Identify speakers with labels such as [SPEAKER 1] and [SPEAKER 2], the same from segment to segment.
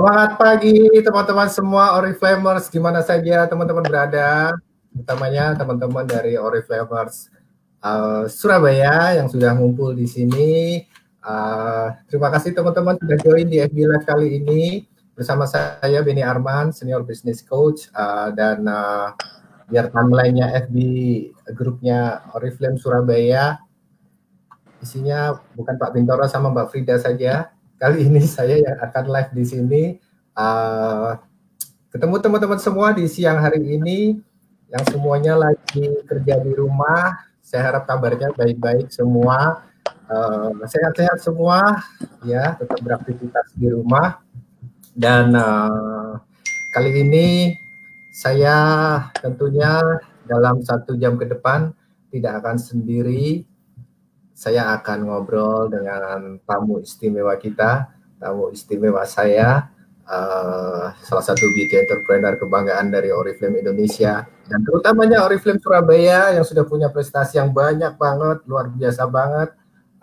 [SPEAKER 1] Selamat pagi teman-teman semua Oriflamers, di mana saja teman-teman berada, utamanya teman-teman dari Oriflamers Surabaya yang sudah ngumpul di sini. Terima kasih teman-teman sudah join di FB Live kali ini bersama saya Benny Arman, Senior Business Coach, dan biar timeline-nya FB grupnya Oriflame Surabaya isinya bukan Pak Bintoro sama Mbak Frida saja. Kali ini saya yang akan live di sini. Ketemu teman-teman semua di siang hari ini yang semuanya lagi kerja di rumah. Saya harap kabarnya baik-baik semua, sehat-sehat semua, ya, tetap beraktivitas di rumah. Dan kali ini saya tentunya dalam 1 jam ke depan tidak akan sendiri. Saya akan ngobrol dengan tamu istimewa kita, tamu istimewa saya, salah satu beauty entrepreneur kebanggaan dari Oriflame Indonesia, dan terutamanya Oriflame Surabaya yang sudah punya prestasi yang banyak banget, luar biasa banget.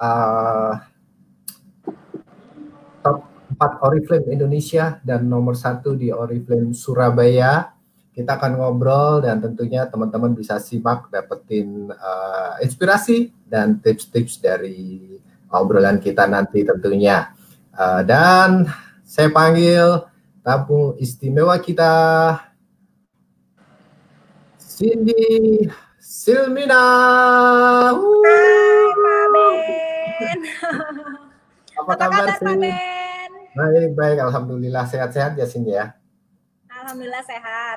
[SPEAKER 1] Top 4 Oriflame Indonesia dan nomor 1 di Oriflame Surabaya. Kita akan ngobrol dan tentunya teman-teman bisa simak, dapetin inspirasi dan tips-tips dari obrolan kita nanti tentunya. Dan saya panggil tamu istimewa kita, Cindy Silmina.
[SPEAKER 2] Hai Pak Ben.
[SPEAKER 1] Apa kabar
[SPEAKER 2] Pak Ben?
[SPEAKER 1] Baik, alhamdulillah, sehat-sehat ya Cindy ya.
[SPEAKER 2] Alhamdulillah sehat.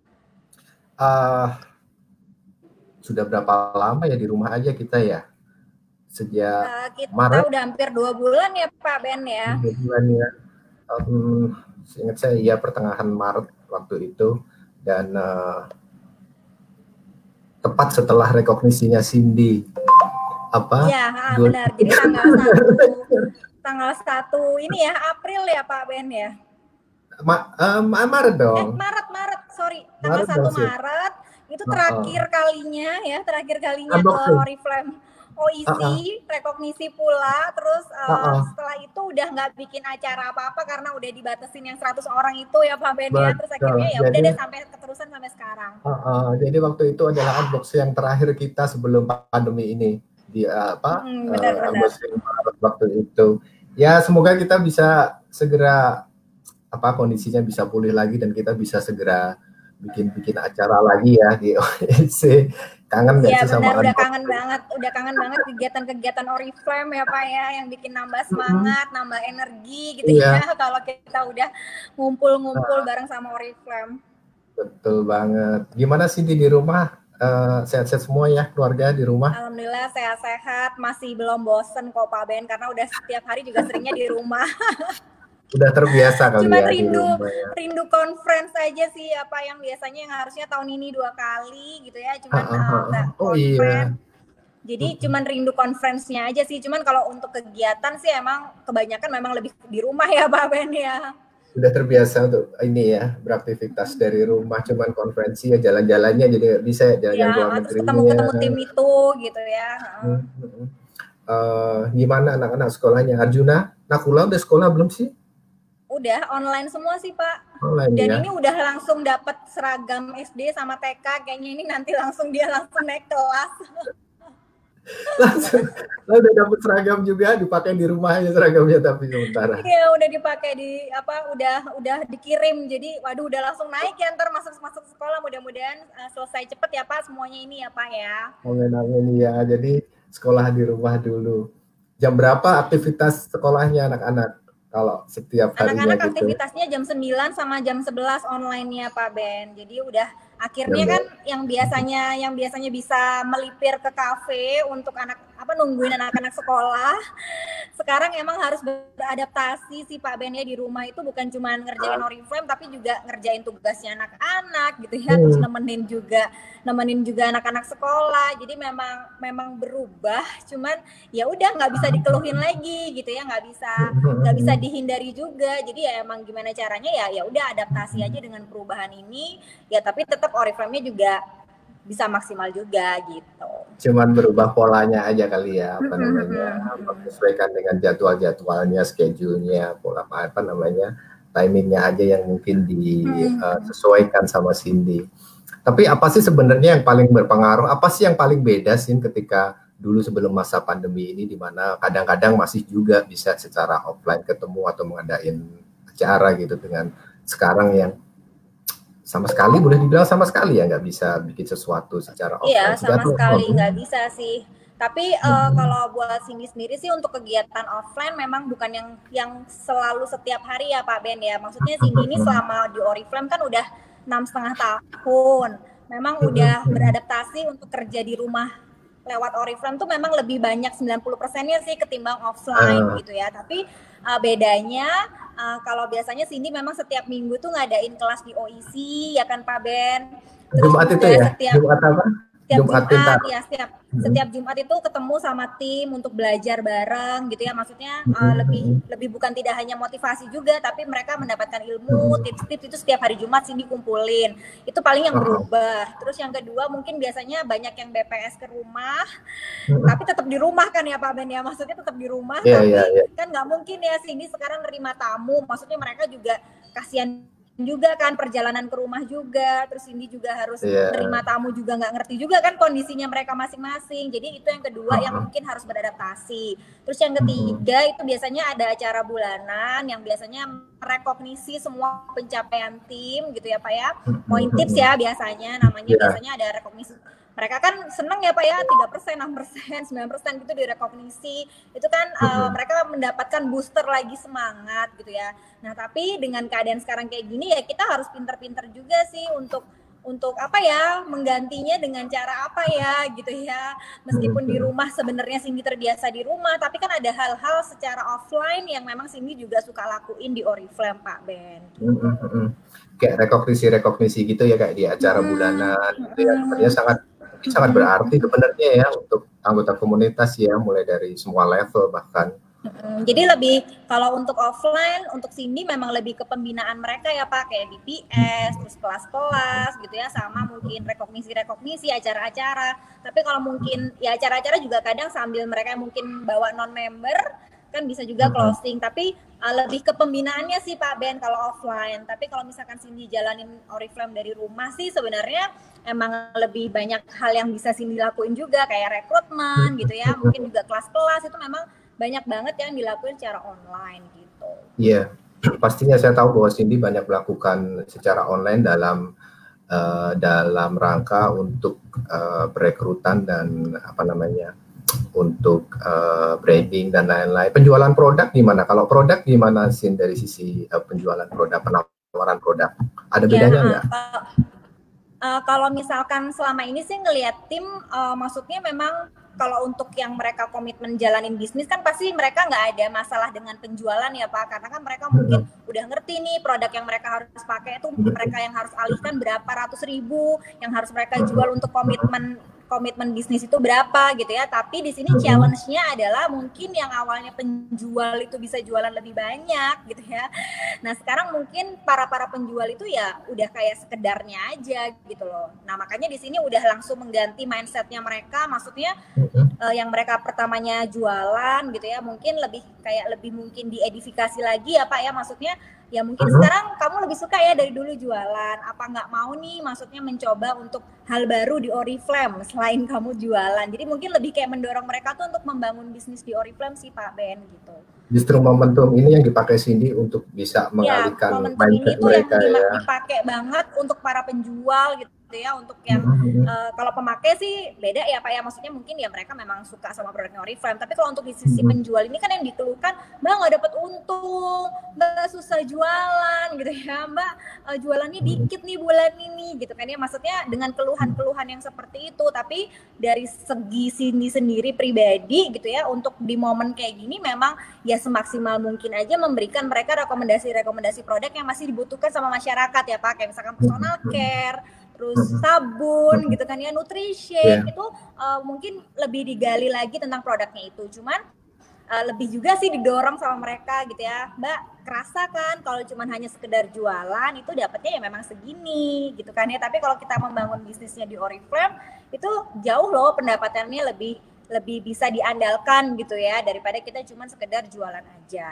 [SPEAKER 1] Sudah berapa lama ya di rumah aja kita ya? Sejak
[SPEAKER 2] kita
[SPEAKER 1] Maret.
[SPEAKER 2] Udah hampir 2 bulan ya Pak Ben ya.
[SPEAKER 1] 2 bulan ya. Seingat saya ya pertengahan Maret waktu itu, dan tepat setelah rekognisinya Cindy.
[SPEAKER 2] Iya, benar. Jadi tanggal 1 ini ya, April ya Pak Ben ya.
[SPEAKER 1] Maret dong.
[SPEAKER 2] Maret, sorry. Tanggal 1 Maret itu terakhir kalinya ke Oriflame OEC, rekognisi pula. Terus setelah itu udah nggak bikin acara apa-apa karena udah dibatasin yang 100 orang itu ya Pak Ben ya. Terus akhirnya ya udah deh sampai keterusan sampai sekarang.
[SPEAKER 1] Jadi waktu itu adalah unboxing yang terakhir kita sebelum pandemi ini di unboxing waktu itu. Ya semoga kita bisa segera kondisinya bisa pulih lagi dan kita bisa segera bikin acara lagi ya di OEC. Kangen nggak sih sama
[SPEAKER 2] udah kangen banget kegiatan Oriflame ya Pak ya, yang bikin nambah semangat, nambah energi gitu ya kalau kita udah ngumpul bareng sama Oriflame.
[SPEAKER 1] Betul banget. Gimana sih di rumah? Sehat-sehat semua ya keluarga di rumah?
[SPEAKER 2] Alhamdulillah sehat-sehat, masih belum bosen kok Pak Ben karena udah setiap hari juga seringnya di rumah.
[SPEAKER 1] Udah terbiasa kali
[SPEAKER 2] cuma
[SPEAKER 1] ya
[SPEAKER 2] rindu conference aja sih, apa yang biasanya yang harusnya tahun ini 2 kali gitu ya, cuman nggak conference. Jadi cuman rindu conference-nya aja sih. Cuman kalau untuk kegiatan sih emang kebanyakan memang lebih di rumah ya Pak Ben ya.
[SPEAKER 1] Udah terbiasa untuk ini ya, beraktivitas dari rumah, cuman konferensi ya jalan-jalannya jadi nggak bisa jalan-jalan keluar negeri.
[SPEAKER 2] Terus ketemu tim itu gitu ya.
[SPEAKER 1] Gimana anak-anak sekolahnya? Arjuna, Nakula udah sekolah belum sih?
[SPEAKER 2] Udah online semua sih Pak.
[SPEAKER 1] Online,
[SPEAKER 2] dan
[SPEAKER 1] ya?
[SPEAKER 2] Ini udah langsung dapat seragam SD sama TK. Kayaknya ini nanti langsung naik kelas.
[SPEAKER 1] Langsung udah dapat seragam juga, dipakai di rumah aja seragamnya tapi sementara.
[SPEAKER 2] Iya, udah dipakai udah dikirim. Jadi waduh udah langsung naik ya, ntar masuk sekolah. Mudah-mudahan selesai cepet ya Pak semuanya ini ya Pak ya.
[SPEAKER 1] Amin ya. Jadi sekolah di rumah dulu. Jam berapa aktivitas sekolahnya anak-anak? Kalau setiap harinya
[SPEAKER 2] anak-anak
[SPEAKER 1] gitu.
[SPEAKER 2] Aktivitasnya jam 9 sama jam 11 online-nya Pak Ben. Jadi udah akhirnya kan yang biasanya bisa melipir ke kafe untuk nungguin anak-anak sekolah. Sekarang emang harus beradaptasi sih Pak Ben ya, di rumah itu bukan cuma ngerjain Oriflame tapi juga ngerjain tugasnya anak-anak gitu ya. Terus nemenin juga anak-anak sekolah. Jadi memang berubah, cuman ya udah nggak bisa dikeluhin lagi gitu ya, nggak bisa dihindari juga. Jadi ya emang gimana caranya ya udah adaptasi aja dengan perubahan ini ya, tapi tetap Oriflame-nya juga bisa maksimal juga gitu.
[SPEAKER 1] Cuman berubah polanya aja kali ya, menyesuaikan dengan jadwalnya, schedule-nya, pola timingnya aja yang mungkin disesuaikan sama Cindy. Tapi apa sih sebenarnya yang paling berpengaruh? Apa sih yang paling beda sih ketika dulu sebelum masa pandemi ini, di mana kadang-kadang masih juga bisa secara offline ketemu atau mengadain acara gitu, dengan sekarang yang sama sekali, boleh dibilang sama sekali ya nggak bisa bikin sesuatu secara offline.
[SPEAKER 2] Iya, sama sekali nggak bisa sih. Tapi kalau buat Cindy sendiri sih untuk kegiatan offline memang bukan yang selalu setiap hari ya Pak Ben ya. Maksudnya Cindy ini selama di Oriflame kan udah 6,5 tahun. Memang udah beradaptasi untuk kerja di rumah lewat Oriflame tuh memang lebih banyak 90%-nya sih ketimbang offline gitu ya. Tapi bedanya kalau biasanya Cindy memang setiap minggu tuh ngadain kelas di OEC ya kan Pak Ben.
[SPEAKER 1] Terus Jumat itu ya? Jumat apa?
[SPEAKER 2] Jumat ya, setiap Jumat itu ketemu sama tim untuk belajar bareng gitu ya. Maksudnya lebih bukan tidak hanya motivasi juga, tapi mereka mendapatkan ilmu, tips-tips itu setiap hari Jumat sih dikumpulin. Itu paling yang berubah. Terus yang kedua mungkin biasanya banyak yang BPS ke rumah, tapi tetap di rumah kan ya Pak Ben ya. Maksudnya tetap di rumah, tapi kan nggak mungkin ya sini sekarang nerima tamu. Maksudnya mereka juga kasihan juga kan, perjalanan ke rumah juga, terus Cindy juga harus terima tamu juga, nggak ngerti juga kan kondisinya mereka masing-masing. Jadi itu yang kedua yang mungkin harus beradaptasi. Terus yang ketiga itu biasanya ada acara bulanan yang biasanya merekognisi semua pencapaian tim gitu ya Pak ya. Point tips ya biasanya namanya, biasanya ada rekognisi. Mereka kan seneng ya Pak ya, 3%, 6%, 9% gitu direkognisi. Itu kan mereka mendapatkan booster lagi semangat gitu ya. Nah tapi dengan keadaan sekarang kayak gini ya kita harus pinter-pinter juga sih untuk apa ya, menggantinya dengan cara apa ya gitu ya. Meskipun di rumah sebenarnya Cindy terbiasa di rumah, tapi kan ada hal-hal secara offline yang memang Cindy juga suka lakuin di Oriflame Pak Ben.
[SPEAKER 1] Kayak rekognisi gitu ya, kayak di acara bulanan gitu ya. Sebenarnya sangat berarti sebenarnya ya untuk anggota komunitas ya, mulai dari semua level bahkan.
[SPEAKER 2] Jadi lebih kalau untuk offline, untuk Cindy memang lebih ke pembinaan mereka ya Pak, kayak BPS, terus kelas-kelas gitu ya, sama mungkin rekognisi, acara-acara. Tapi kalau mungkin ya acara-acara juga kadang sambil mereka mungkin bawa non-member, kan bisa juga closing. Tapi lebih ke pembinaannya sih Pak Ben kalau offline. Tapi kalau misalkan Cindy jalanin Oriflame dari rumah sih sebenarnya emang lebih banyak hal yang bisa Cindy lakuin juga, kayak rekrutmen gitu ya, mungkin juga kelas-kelas itu memang banyak banget yang dilakuin secara online gitu.
[SPEAKER 1] Iya, pastinya saya tahu bahwa Cindy banyak melakukan secara online dalam rangka untuk perekrutan dan apa namanya, untuk branding dan lain-lain. Penjualan produk gimana? Kalau produk gimana sih dari sisi penjualan produk, penawaran produk? Ada bedanya nggak?
[SPEAKER 2] Kalau misalkan selama ini sih ngelihat tim, maksudnya memang kalau untuk yang mereka komitmen jalanin bisnis kan pasti mereka nggak ada masalah dengan penjualan ya Pak, karena kan mereka mungkin udah ngerti nih produk yang mereka harus pakai itu mereka yang harus alihkan berapa ratus ribu, yang harus mereka jual untuk komitmen bisnis itu berapa gitu ya. Tapi di sini challenge-nya adalah mungkin yang awalnya penjual itu bisa jualan lebih banyak gitu ya. Nah sekarang mungkin para penjual itu ya udah kayak sekedarnya aja gitu loh. Nah makanya di sini udah langsung mengganti mindsetnya mereka, maksudnya yang mereka pertamanya jualan gitu ya, mungkin lebih mungkin diedifikasi lagi ya Pak ya, maksudnya ya mungkin sekarang kamu lebih suka ya dari dulu jualan, apa nggak mau nih maksudnya mencoba untuk hal baru di Oriflame selain kamu jualan. Jadi mungkin lebih kayak mendorong mereka tuh untuk membangun bisnis di Oriflame sih Pak Ben gitu.
[SPEAKER 1] Justru momentum ini yang dipakai Cindy untuk bisa mengalihkan mindset mereka ya. Momentum ini tuh yang
[SPEAKER 2] dipakai banget untuk para penjual gitu ya, untuk yang kalau pemakai sih beda ya Pak ya, maksudnya mungkin ya mereka memang suka sama produknya Oriflame, tapi kalau untuk di sisi penjual ini kan yang dikeluhkan, Mbak nggak dapat untung, Mbak susah jualan gitu ya, Mbak jualannya dikit nih bulan ini gitu kan ya, maksudnya dengan keluhan-keluhan yang seperti itu. Tapi dari segi Cindy sendiri pribadi gitu ya, untuk di momen kayak gini memang ya semaksimal mungkin aja memberikan mereka rekomendasi produk yang masih dibutuhkan sama masyarakat ya Pak, kayak misalkan personal care, terus sabun gitu kan ya, nutrition itu mungkin lebih digali lagi tentang produknya itu. Cuman lebih juga sih didorong sama mereka gitu ya, Mbak kerasa kan kalau cuman hanya sekedar jualan itu dapatnya ya memang segini gitu kan ya. Tapi kalau kita membangun bisnisnya di Oriflame itu jauh loh pendapatannya lebih bisa diandalkan gitu ya, daripada kita cuman sekedar jualan aja gitu.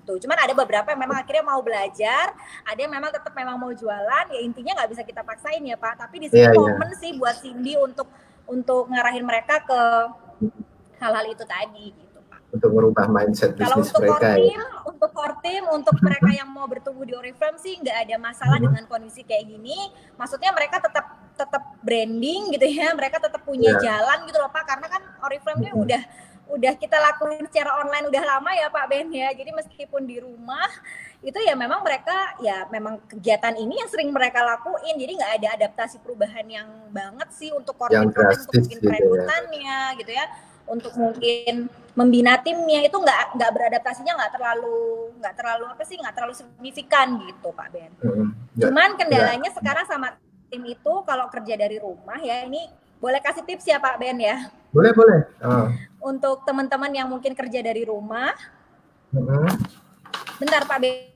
[SPEAKER 2] gitu. Cuman ada beberapa yang memang akhirnya mau belajar, ada yang memang tetap memang mau jualan, ya intinya nggak bisa kita paksain ya Pak. Tapi di sini momen sih buat Cindy untuk ngarahin mereka ke hal-hal itu tadi gitu Pak.
[SPEAKER 1] Untuk merubah mindset bisnis mereka.
[SPEAKER 2] Untuk core team, untuk mereka yang mau bertumbuh di Oriflame sih nggak ada masalah dengan kondisi kayak gini. Maksudnya mereka tetap branding gitu ya, mereka tetap punya jalan gitu loh Pak, karena kan Oriflame ini udah kita lakuin secara online udah lama ya Pak Ben ya. Jadi meskipun di rumah itu ya memang mereka ya memang kegiatan ini yang sering mereka lakuin. Jadi nggak ada adaptasi perubahan yang banget sih untuk core team, untuk mungkin perekrutannya gitu ya. Untuk mungkin membina timnya itu nggak beradaptasinya nggak terlalu signifikan gitu Pak Ben. Cuman kendalanya sekarang sama tim itu kalau kerja dari rumah ya, ini boleh kasih tips ya Pak Ben ya?
[SPEAKER 1] Boleh.
[SPEAKER 2] Untuk teman-teman yang mungkin kerja dari rumah. Bentar Pak Ben.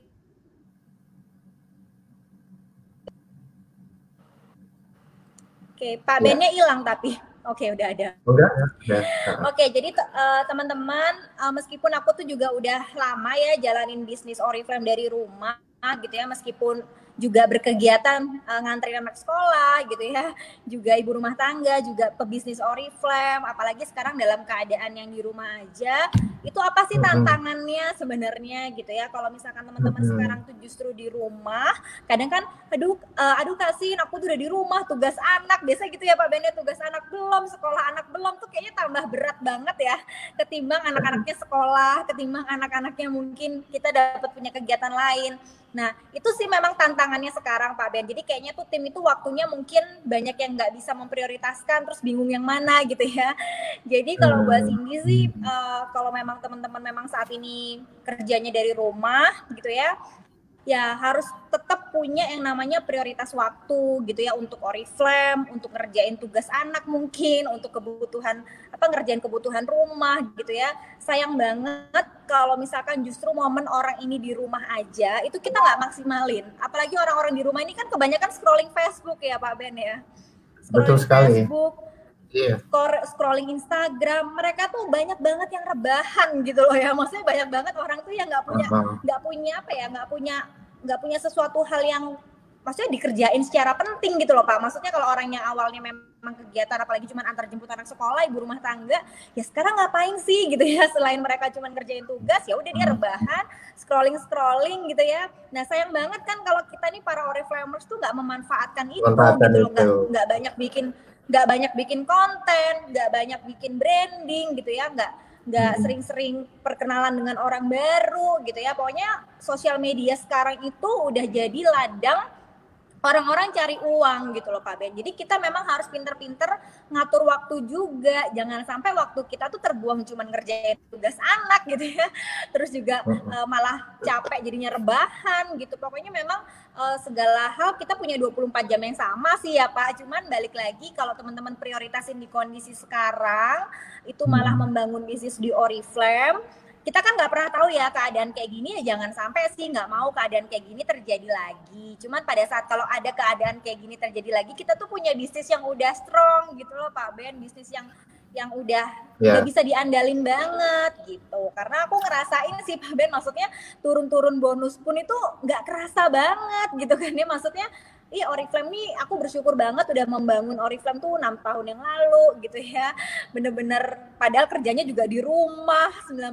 [SPEAKER 2] Oke, Pak Bennya hilang tapi. Oke, udah ada.
[SPEAKER 1] Udah.
[SPEAKER 2] Oke, jadi teman-teman, meskipun aku tuh juga udah lama ya jalanin bisnis Oriflame dari rumah gitu ya, meskipun juga berkegiatan nganterin anak sekolah gitu ya, juga ibu rumah tangga, juga pebisnis Oriflame, apalagi sekarang dalam keadaan yang di rumah aja, itu apa sih tantangannya sebenarnya gitu ya? Kalau misalkan teman-teman sekarang tuh justru di rumah, kadang kan aduh kasihin aku tuh udah di rumah, tugas anak, biasa gitu ya Pak Bende, tugas anak belum, sekolah anak belum, tuh kayaknya tambah berat banget ya ketimbang anak-anaknya sekolah, ketimbang anak-anaknya mungkin kita dapat punya kegiatan lain. Nah, itu sih memang tantangannya sekarang Pak Ben. Jadi kayaknya tuh tim itu waktunya mungkin banyak yang nggak bisa memprioritaskan, terus bingung yang mana gitu ya. Jadi kalau buat Cindy sih, kalau memang teman-teman memang saat ini kerjanya dari rumah gitu ya harus tetap punya yang namanya prioritas waktu gitu ya, untuk Oriflame, untuk ngerjain tugas anak mungkin, untuk ngerjain kebutuhan rumah gitu ya. Sayang banget kalau misalkan justru momen orang ini di rumah aja itu kita nggak maksimalin. Apalagi orang-orang di rumah ini kan kebanyakan scrolling Facebook ya Pak Ben ya.
[SPEAKER 1] Betul sekali.
[SPEAKER 2] Facebook, scrolling Instagram, mereka tuh banyak banget yang rebahan gitu loh ya. Maksudnya banyak banget orang tuh yang nggak punya sesuatu hal yang maksudnya dikerjain secara penting gitu loh Pak. Maksudnya kalau orang yang awalnya memang kegiatan apalagi cuma antar jemput anak sekolah, ibu rumah tangga, ya sekarang ngapain sih gitu ya, selain mereka cuma ngerjain tugas, ya udah dia rebahan, scrolling gitu ya. Nah, sayang banget kan kalau kita nih para Oriflamers tuh nggak memanfaatkan itu gitu loh, nggak banyak bikin konten, nggak banyak bikin branding gitu ya, nggak sering-sering perkenalan dengan orang baru gitu ya. Pokoknya sosial media sekarang itu udah jadi ladang orang-orang cari uang gitu loh Pak Ben. Jadi kita memang harus pinter-pinter ngatur waktu juga. Jangan sampai waktu kita tuh terbuang cuman ngerjain tugas anak gitu ya. Terus juga malah capek jadinya rebahan gitu. Pokoknya memang segala hal kita punya 24 jam yang sama sih ya Pak. Cuman balik lagi kalau teman-teman prioritasin di kondisi sekarang itu malah membangun bisnis di Oriflame. Kita kan nggak pernah tahu ya keadaan kayak gini, ya jangan sampai sih nggak mau keadaan kayak gini terjadi lagi. Cuman pada saat kalau ada keadaan kayak gini terjadi lagi, kita tuh punya bisnis yang udah strong gitu loh Pak Ben, bisnis yang udah bisa diandalin banget gitu. Karena aku ngerasain sih Pak Ben, maksudnya turun-turun bonus pun itu nggak kerasa banget gitu kan ya. Maksudnya Oriflame nih aku bersyukur banget udah membangun Oriflame tuh 6 tahun yang lalu gitu ya. Bener-bener padahal kerjanya juga di rumah 90%,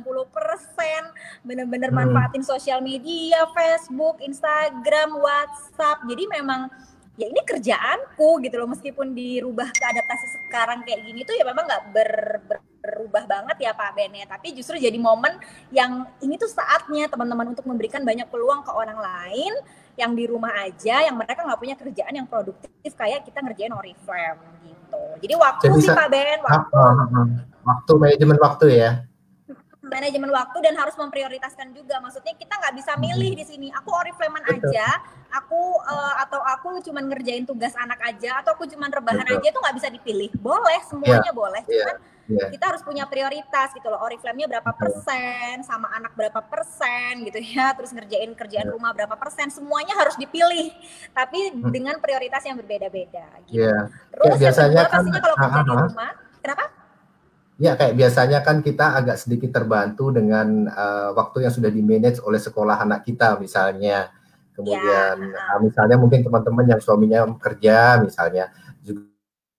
[SPEAKER 2] bener-bener manfaatin sosial media, Facebook, Instagram, WhatsApp. Jadi memang ya ini kerjaanku gitu loh, meskipun dirubah ke adaptasi sekarang kayak gini tuh ya memang nggak berubah banget ya Pak Ben ya, tapi justru jadi momen yang ini tuh saatnya teman-teman untuk memberikan banyak peluang ke orang lain yang di rumah aja, yang mereka nggak punya kerjaan yang produktif kayak kita ngerjain Oriflame gitu. Jadi waktu sih Pak Ben,
[SPEAKER 1] waktu manajemen waktu ya.
[SPEAKER 2] Manajemen waktu dan harus memprioritaskan juga. Maksudnya kita nggak bisa milih di sini. Aku Oriflame aja, aku cuma ngerjain tugas anak aja, atau aku cuma rebahan aja, itu nggak bisa dipilih. Boleh, semuanya boleh. Cuman kita harus punya prioritas gitu loh. Oriflame-nya berapa persen, sama anak berapa persen gitu ya. Terus ngerjain kerjaan rumah berapa persen, semuanya harus dipilih. Tapi dengan prioritas yang berbeda-beda. Gitu. Terus biasanya kan pastinya kalau kerja di rumah, kenapa?
[SPEAKER 1] Ya, kayak biasanya kan kita agak sedikit terbantu dengan waktu yang sudah di-manage oleh sekolah anak kita misalnya.
[SPEAKER 2] Ya,
[SPEAKER 1] Kemudian misalnya mungkin teman-teman yang suaminya kerja misalnya, juga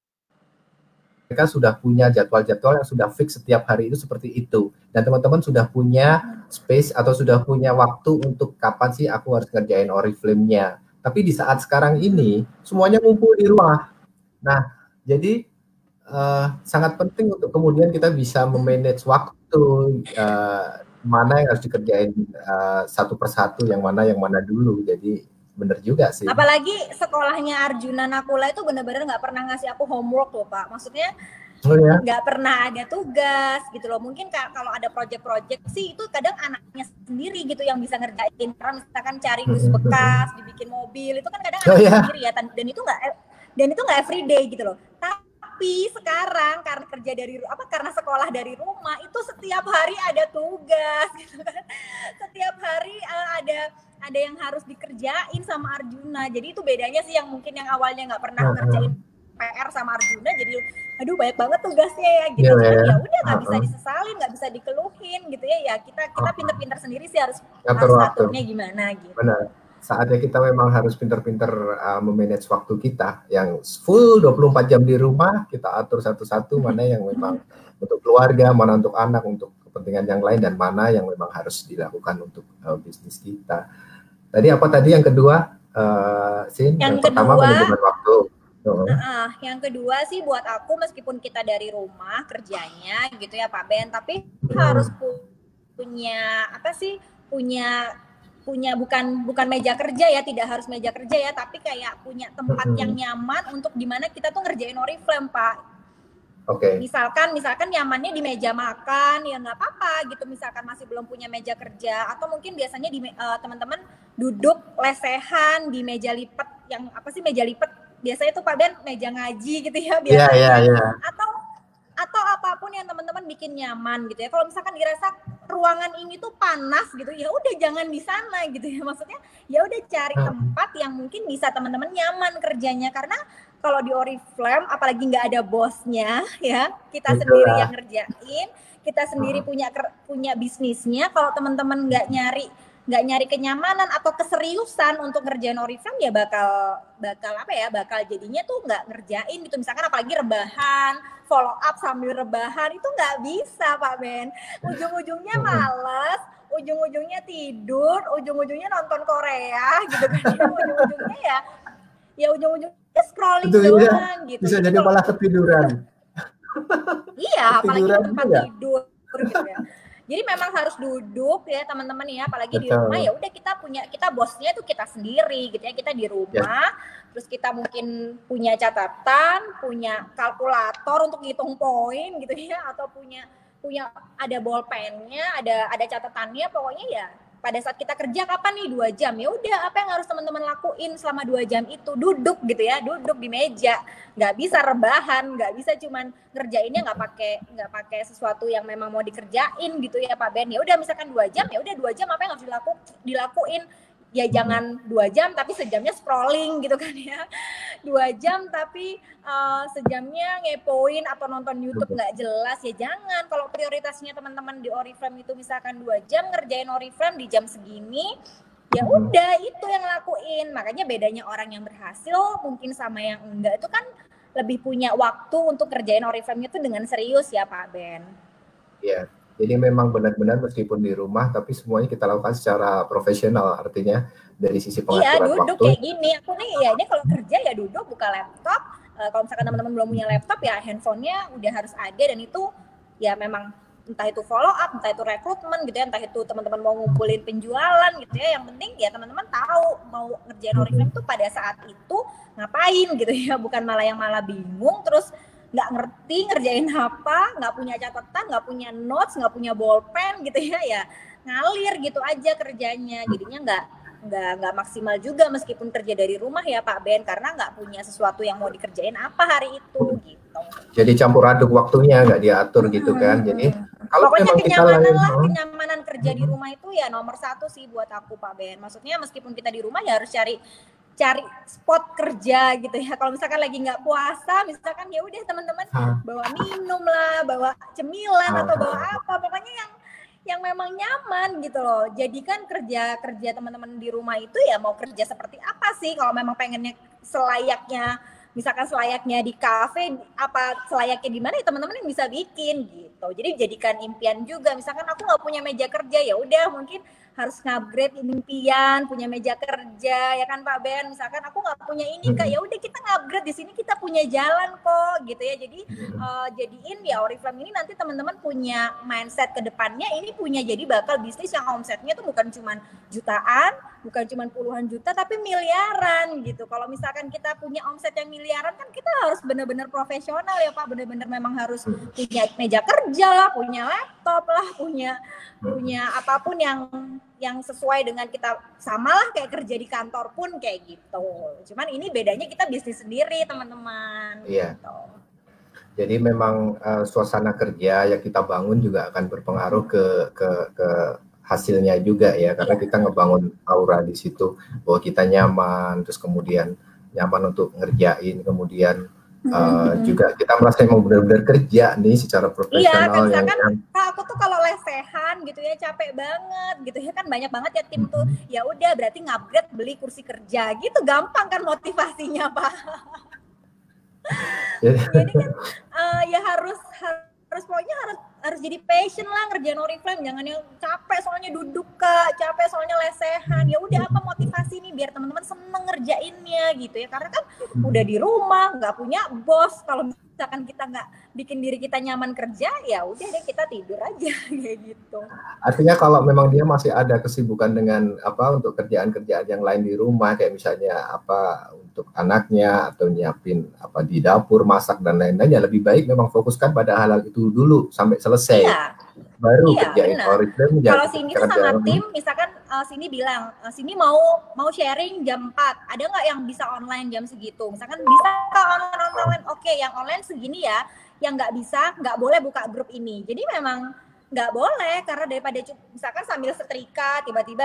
[SPEAKER 1] mereka sudah punya jadwal-jadwal yang sudah fix setiap hari itu seperti itu. Dan teman-teman sudah punya space atau sudah punya waktu untuk kapan sih aku harus ngerjain Oriflame-nya. Tapi di saat sekarang ini, semuanya ngumpul di rumah. Nah, jadi sangat penting untuk kemudian kita bisa memanage waktu, mana yang harus dikerjain satu persatu, yang mana dulu. Jadi benar juga sih.
[SPEAKER 2] apalagi sekolahnya Arjuna Nakula itu benar-benar nggak pernah ngasih aku homework loh Pak. Maksudnya
[SPEAKER 1] Oh ya,
[SPEAKER 2] nggak pernah ada tugas gitu loh. Mungkin kalau ada project-project sih itu kadang anaknya sendiri gitu yang bisa ngerjain. Karena misalkan cari dus bekas, dibikin mobil itu kan kadang
[SPEAKER 1] oh
[SPEAKER 2] anaknya
[SPEAKER 1] ya,
[SPEAKER 2] sendiri ya. Dan itu nggak everyday gitu loh. Tapi sekarang karena kerja dari karena sekolah dari rumah itu setiap hari ada tugas gitu kan. Setiap hari ada yang harus dikerjain sama Arjuna. Jadi itu bedanya sih yang mungkin yang awalnya nggak pernah ngerjain PR sama Arjuna jadi aduh banyak banget tugasnya ya gitu. Cuman ya udah nggak bisa disesalin, nggak bisa dikeluhin gitu ya. Ya kita pinter-pinter sendiri sih harus ngaturnya gimana gitu.
[SPEAKER 1] Benar. Saatnya kita memang harus pinter-pinter memanage waktu kita yang full 24 jam di rumah, kita atur satu-satu mana yang memang untuk keluarga, mana untuk anak, untuk kepentingan yang lain, dan mana yang memang harus dilakukan untuk bisnis kita. Tadi apa tadi yang kedua, Sin? Yang pertama manajemen waktu.
[SPEAKER 2] Yang kedua sih buat aku meskipun kita dari rumah kerjanya gitu ya Pak Ben, tapi harus punya apa sih? Punya bukan meja kerja ya, tidak harus meja kerja ya, tapi kayak punya tempat yang nyaman untuk dimana kita tuh ngerjain Oriflame Pak.
[SPEAKER 1] Oke.
[SPEAKER 2] Misalkan nyamannya di meja makan ya nggak apa-apa gitu. Misalkan masih belum punya meja kerja atau mungkin biasanya di teman-teman duduk lesehan di meja lipat yang apa sih meja lipat biasanya tuh Pak Ben meja ngaji gitu ya biasanya.
[SPEAKER 1] Yeah.
[SPEAKER 2] Atau apapun yang teman-teman bikin nyaman gitu ya. Kalau misalkan dirasa ruangan ini tuh panas gitu, ya udah jangan di sana gitu ya. Maksudnya ya udah cari tempat yang mungkin bisa teman-teman nyaman kerjanya karena kalau di Oriflame apalagi nggak ada bosnya ya, kita sendiri yang ngerjain, kita sendiri punya bisnisnya. Kalau teman-teman nggak nyari kenyamanan atau keseriusan untuk ngerjain Oriflame ya bakal jadinya tuh nggak ngerjain gitu. Misalkan apalagi rebahan, follow up sambil rebahan itu nggak bisa Pak Ben. Ujung-ujungnya malas, ujung-ujungnya tidur, ujung-ujungnya nonton Korea gitu kan. Ujung-ujungnya ya ujung-ujungnya scrolling doang gitu.
[SPEAKER 1] Bisa jadi malah ketiduran.
[SPEAKER 2] Iya, apalagi di tempat tidur gitu ya. Jadi memang harus duduk ya teman-teman ya, apalagi di rumah ya udah kita bosnya itu kita sendiri gitu ya, kita di rumah, terus kita mungkin punya catatan, punya kalkulator untuk hitung poin gitu ya, atau punya ada bolpennya, ada catatannya, pokoknya ya pada saat kita kerja kapan nih 2 jam ya udah apa yang harus teman-teman lakuin selama 2 jam itu duduk gitu ya, duduk di meja, nggak bisa rebahan, nggak bisa cuman ngerjainnya nggak pakai sesuatu yang memang mau dikerjain gitu ya Pak Ben. Ya udah misalkan 2 jam ya udah 2 jam apa yang harus dilakuin ya jangan 2 jam tapi sejamnya scrolling gitu kan ya. 2 jam tapi sejamnya ngepoin atau nonton YouTube nggak jelas ya jangan. Kalau prioritasnya teman-teman di Oriflame itu misalkan 2 jam ngerjain Oriflame di jam segini ya udah itu yang lakuin. Makanya bedanya orang yang berhasil mungkin sama yang enggak itu kan lebih punya waktu untuk kerjain Oriflame itu dengan serius ya Pak Ben.
[SPEAKER 1] Iya. Jadi memang benar-benar meskipun di rumah, tapi semuanya kita lakukan secara profesional, artinya dari sisi pengaturan waktu.
[SPEAKER 2] Iya, duduk kayak gini. Aku nih ya ini kalau kerja ya duduk, buka laptop. Kalau misalkan teman-teman belum punya laptop ya handphonenya udah harus ada dan itu ya memang entah itu follow up, entah itu rekrutmen gitu ya, entah itu teman-teman mau ngumpulin penjualan gitu ya. Yang penting ya teman-teman tahu mau ngerjain Oriflame tuh pada saat itu ngapain gitu ya, bukan malah bingung terus nggak ngerti ngerjain apa, nggak punya catatan, nggak punya notes, nggak punya bolpen gitu ya ngalir gitu aja kerjanya, jadinya nggak maksimal juga meskipun kerja dari rumah ya Pak Ben karena nggak punya sesuatu yang mau dikerjain apa hari itu gitu.
[SPEAKER 1] Jadi campur aduk waktunya nggak diatur gitu kan, jadi
[SPEAKER 2] kalau pokoknya kenyamanan kerja di rumah itu ya nomor 1 sih buat aku Pak Ben. Maksudnya meskipun kita di rumah ya harus cari cari spot kerja gitu ya. Kalau misalkan lagi nggak puasa, misalkan ya udah teman-teman bawa minum lah, bawa cemilan atau bawa apa, pokoknya yang memang nyaman gitu loh. Jadi kan kerja teman-teman di rumah itu ya mau kerja seperti apa sih? Kalau memang pengennya selayaknya, misalkan selayaknya di kafe, apa selayaknya di mana ya teman-teman yang bisa bikin gitu. Jadi jadikan impian juga. Misalkan aku nggak punya meja kerja, ya udah mungkin harus ngupgrade impian, punya meja kerja, ya kan Pak Ben. Misalkan aku nggak punya ini Kak, ya udah kita ngupgrade di sini, kita punya jalan kok gitu ya. Jadi jadiin ya Oriflame ini nanti teman-teman punya mindset ke depannya, ini punya jadi bakal bisnis yang omsetnya tuh bukan cuma jutaan, bukan cuma puluhan juta, tapi miliaran gitu. Kalau misalkan kita punya omset yang miliaran kan kita harus benar-benar profesional ya Pak, benar-benar memang harus punya meja kerja lah, punya laptop lah, punya apapun yang sesuai dengan kita, samalah kayak kerja di kantor pun kayak gitu. Cuman ini bedanya kita bisnis sendiri teman-teman.
[SPEAKER 1] Iya.
[SPEAKER 2] Gitu.
[SPEAKER 1] Jadi memang suasana kerja yang kita bangun juga akan berpengaruh ke hasilnya juga ya, karena kita ngebangun aura di situ bahwa kita nyaman, terus kemudian nyaman untuk ngerjain, kemudian juga kita merasa emang benar-benar kerja nih secara profesional.
[SPEAKER 2] Iya, kan misalkan Kak, aku tuh kalau lesehan gitu ya capek banget gitu ya, kan banyak banget ya tim tuh. Ya udah berarti ngupgrade beli kursi kerja gitu, gampang kan motivasinya Pak. Jadi kan ya harus pokoknya harus jadi passion lah ngerjain Oriflame, jangan yang capek soalnya duduk Kak, capek soalnya lesehan. Ya udah apa motivasi nih biar teman-teman seneng ngerjainnya gitu ya, karena kan udah di rumah nggak punya bos. Kalau misalkan kita nggak bikin diri kita nyaman kerja, ya udah deh kita tidur aja kayak gitu.
[SPEAKER 1] Artinya kalau memang dia masih ada kesibukan dengan apa untuk kerjaan-kerjaan yang lain di rumah, kayak misalnya apa untuk anaknya atau nyiapin apa di dapur, masak dan lain-lain, ya lebih baik memang fokuskan pada hal itu dulu sampai selesai.
[SPEAKER 2] Iya.
[SPEAKER 1] Baru kerjain Oriflame.
[SPEAKER 2] Kalau Cindy tuh sama tim, misalkan Cindy bilang, Cindy mau sharing jam 4, ada nggak yang bisa online jam segitu? Misalkan bisa online, oke, yang online segini ya, yang nggak bisa, nggak boleh buka grup ini. Jadi memang nggak boleh, karena daripada misalkan sambil setrika, tiba-tiba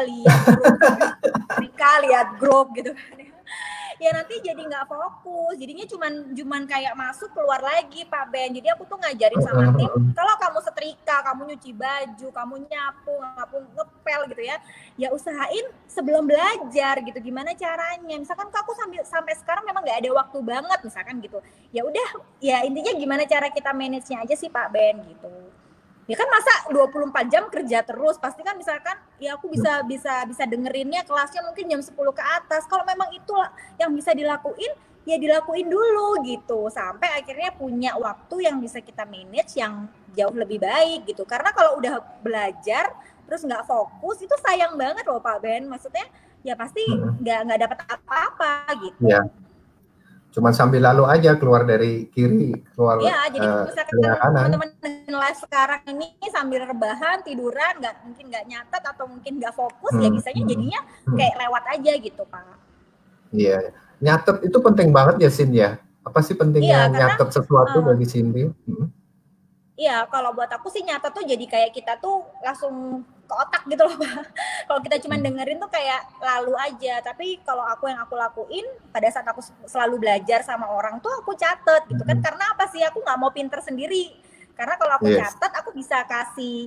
[SPEAKER 2] lihat grup gitu. Ya nanti jadi nggak fokus, jadinya cuman kayak masuk keluar lagi Pak Ben. Jadi aku tuh ngajarin sama tim, kalau kamu setrika, kamu nyuci baju, kamu nyapu, ngepel gitu ya, ya usahain sebelum belajar gitu, gimana caranya. Misalkan aku sampai sekarang memang nggak ada waktu banget misalkan gitu, ya udah, ya intinya gimana cara kita manage-nya aja sih Pak Ben gitu. Ya kan masa 24 jam kerja terus, pasti kan misalkan ya aku bisa dengerinnya kelasnya mungkin jam 10 ke atas. Kalau memang itu yang bisa dilakuin, ya dilakuin dulu gitu, sampai akhirnya punya waktu yang bisa kita manage yang jauh lebih baik gitu. Karena kalau udah belajar terus nggak fokus, itu sayang banget loh Pak Ben. Maksudnya ya pasti nggak dapat apa-apa gitu.
[SPEAKER 1] Ya. Cuman sambil lalu aja, keluar dari kiri, keluar
[SPEAKER 2] jadi misalkan teman-teman live sekarang ini sambil rebahan, tiduran, mungkin nggak nyatet atau mungkin nggak fokus, ya bisanya jadinya kayak lewat aja gitu Pak.
[SPEAKER 1] Iya, nyatet itu penting banget ya Sin ya. Apa sih pentingnya nyatet sesuatu bagi Cindy?
[SPEAKER 2] Iya, kalau buat aku sih nyatet tuh jadi kayak kita tuh langsung ke otak gitu loh Pak. Kalau kita cuma dengerin tuh kayak lalu aja. Tapi kalau yang aku lakuin pada saat aku selalu belajar sama orang tuh aku catet gitu kan. Karena apa sih, aku nggak mau pinter sendiri. Karena kalau aku catet, aku bisa kasih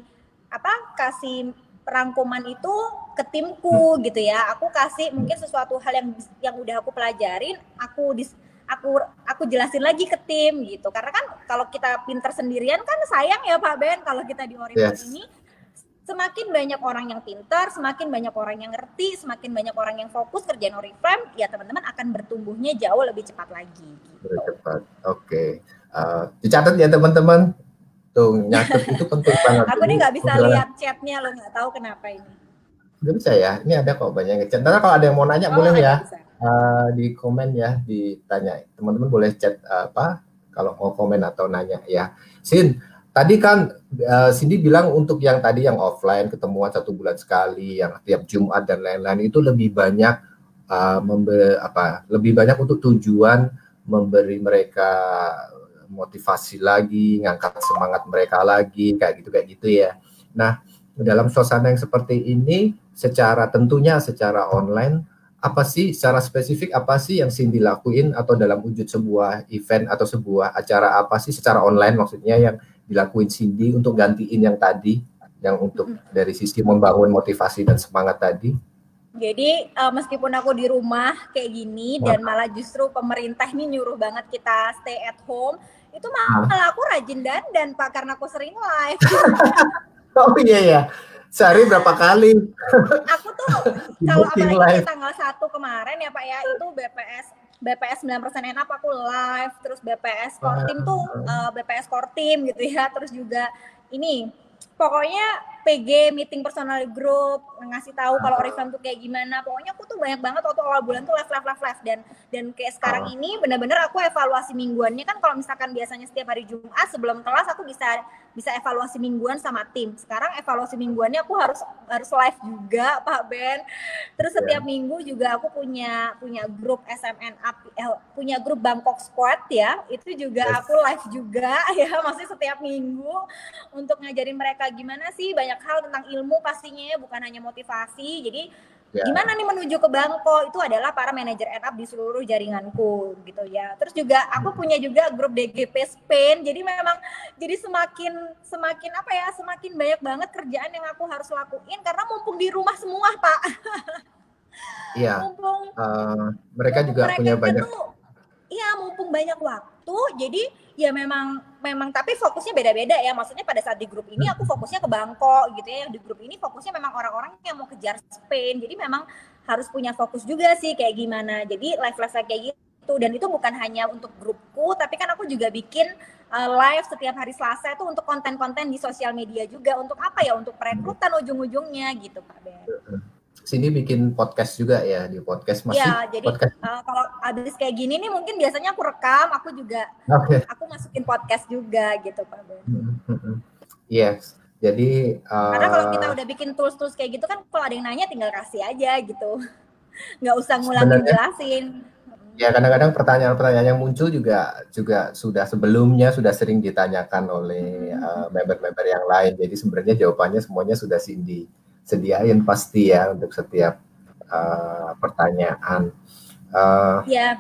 [SPEAKER 2] rangkuman itu ke timku gitu ya. Aku kasih mungkin sesuatu hal yang udah aku pelajarin, aku jelasin lagi ke tim gitu. Karena kan kalau kita pinter sendirian kan sayang ya Pak Ben, kalau kita di Oriflame ini semakin banyak orang yang pintar, semakin banyak orang yang ngerti, semakin banyak orang yang fokus kerjaan Oriflame, ya teman-teman akan bertumbuhnya jauh lebih cepat lagi. Gitu.
[SPEAKER 1] Lebih cepat, oke. Dicatat ya teman-teman. Tuh, nyatet itu penting banget.
[SPEAKER 2] Aku nih nggak bisa lihat chatnya, lo nggak tahu kenapa ini.
[SPEAKER 1] Nggak bisa ya? Ini ada kok banyak ngechat. Nanti kalau ada yang mau nanya boleh ya, di komen ya, ditanya. Teman-teman boleh chat kalau mau komen atau nanya ya. Sin, tadi kan Cindy bilang untuk yang tadi yang offline ketemuan 1 bulan sekali, yang tiap Jumat dan lain-lain itu lebih banyak lebih banyak untuk tujuan memberi mereka motivasi lagi, ngangkat semangat mereka lagi, kayak gitu ya. Nah, dalam suasana yang seperti ini, tentunya secara online apa sih secara spesifik apa sih yang Cindy lakuin atau dalam wujud sebuah event atau sebuah acara apa sih secara online maksudnya yang dilakuin Cindy untuk gantiin yang tadi yang untuk dari sisi membangun motivasi dan semangat tadi?
[SPEAKER 2] Jadi meskipun aku di rumah kayak gini dan malah justru pemerintah ini nyuruh banget kita stay at home, itu malah aku rajin dandan Pak karena aku sering live.
[SPEAKER 1] Oh iya ya. Sehari berapa kali?
[SPEAKER 2] Aku tuh kalau apalagi tanggal 1 kemarin ya Pak ya, itu BPS 9% up aku live, terus BPS Kortim tuh BPS Kortim gitu ya, terus juga ini pokoknya PG meeting personal group ngasih tahu kalau Oriflame tuh kayak gimana. Pokoknya aku tuh banyak banget waktu awal bulan tuh live dan kayak sekarang ini bener-bener aku evaluasi mingguannya kan. Kalau misalkan biasanya setiap hari Jumat sebelum kelas aku bisa evaluasi mingguan sama tim. Sekarang evaluasi mingguannya aku harus live juga Pak Ben. Terus setiap minggu juga aku punya grup SMN punya grup Bangkok Squad ya. Itu juga aku live juga ya, maksudnya setiap minggu untuk ngajarin mereka gimana sih banyak hal tentang ilmu pastinya, bukan hanya motivasi. Jadi gimana nih menuju ke Bangko, itu adalah para manajer NUP di seluruh jaringanku gitu ya. Terus juga aku punya juga grup DGP Spain. Jadi memang jadi semakin apa ya, semakin banyak banget kerjaan yang aku harus lakuin karena mumpung di rumah semua Pak.
[SPEAKER 1] Iya. Mereka juga punya banyak.
[SPEAKER 2] Iya, mumpung banyak waktu, jadi ya memang tapi fokusnya beda-beda ya. Maksudnya pada saat di grup ini aku fokusnya ke Bangkok gitu ya. Di grup ini fokusnya memang orang-orang yang mau kejar Spain. Jadi memang harus punya fokus juga sih kayak gimana. Jadi live kayak gitu. Dan itu bukan hanya untuk grupku, tapi kan aku juga bikin live setiap hari Selasa itu untuk konten-konten di sosial media juga. Untuk apa ya? Untuk perekrutan ujung-ujungnya gitu Pak Ben.
[SPEAKER 1] Sini bikin podcast juga ya, di podcast masih.
[SPEAKER 2] Ya, jadi kalau habis kayak gini nih mungkin biasanya aku rekam, aku juga aku masukin podcast juga gitu Pak Ben.
[SPEAKER 1] Yes, jadi
[SPEAKER 2] karena kalau kita udah bikin tools kayak gitu kan, kalau ada yang nanya tinggal kasih aja gitu, nggak usah ngulangin jelasin.
[SPEAKER 1] Ya kadang-kadang pertanyaan-pertanyaan yang muncul juga sudah sebelumnya sudah sering ditanyakan oleh member-member yang lain. Jadi sebenarnya jawabannya semuanya sudah Cindy sediain pasti ya untuk setiap pertanyaan.
[SPEAKER 2] Ya,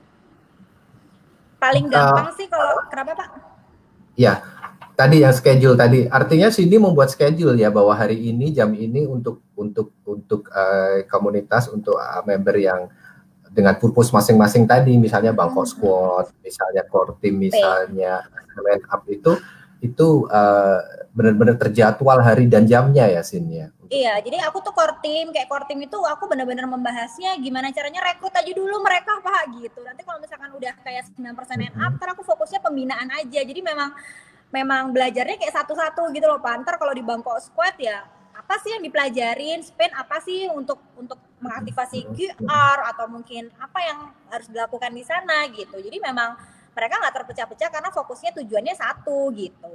[SPEAKER 2] paling gampang sih kalau kenapa Pak?
[SPEAKER 1] Ya, tadi yang schedule tadi. Artinya Cindy membuat schedule ya bahwa hari ini jam ini untuk komunitas untuk member yang dengan purpose masing-masing tadi, misalnya Bangkok Squad, misalnya Core Team, misalnya SMN Up itu benar-benar terjadwal hari dan jamnya ya Sin ya.
[SPEAKER 2] Iya, jadi aku tuh core team itu aku benar-benar membahasnya gimana caranya rekrut aja dulu mereka Pak gitu. Nanti kalau misalkan udah kayak 9% up, ntar aku fokusnya pembinaan aja. Jadi memang belajarnya kayak satu-satu gitu loh Pak. Ntar kalau di Bangkok Squad ya apa sih yang dipelajarin, Spain apa sih untuk mengaktifasi QR atau mungkin apa yang harus dilakukan di sana gitu. Jadi memang mereka nggak terpecah-pecah karena fokusnya tujuannya satu gitu.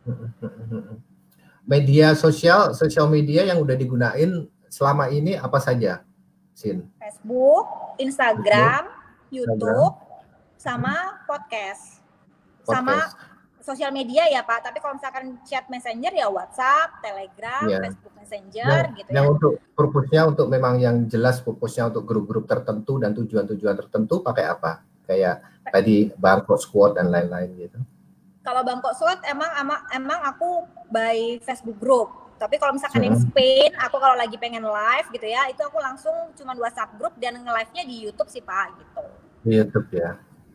[SPEAKER 1] Media sosial media yang udah digunain selama ini apa saja, Sin?
[SPEAKER 2] Facebook, Instagram, YouTube, sama podcast. Sama sosial media ya Pak. Tapi kalau misalkan chat messenger ya WhatsApp, Telegram, Facebook Messenger gitu ya.
[SPEAKER 1] Yang untuk purpose-nya untuk memang yang jelas purpose-nya untuk grup-grup tertentu dan tujuan-tujuan tertentu pakai apa? Kayak tadi Bangkok Squad dan lain-lain gitu.
[SPEAKER 2] Kalau Bangkok Squad emang aku by Facebook group. Tapi kalau misalkan yang Spain, aku kalau lagi pengen live gitu ya, itu aku langsung cuman WhatsApp group dan nge-live-nya di YouTube sih Pak gitu.
[SPEAKER 1] Di YouTube ya.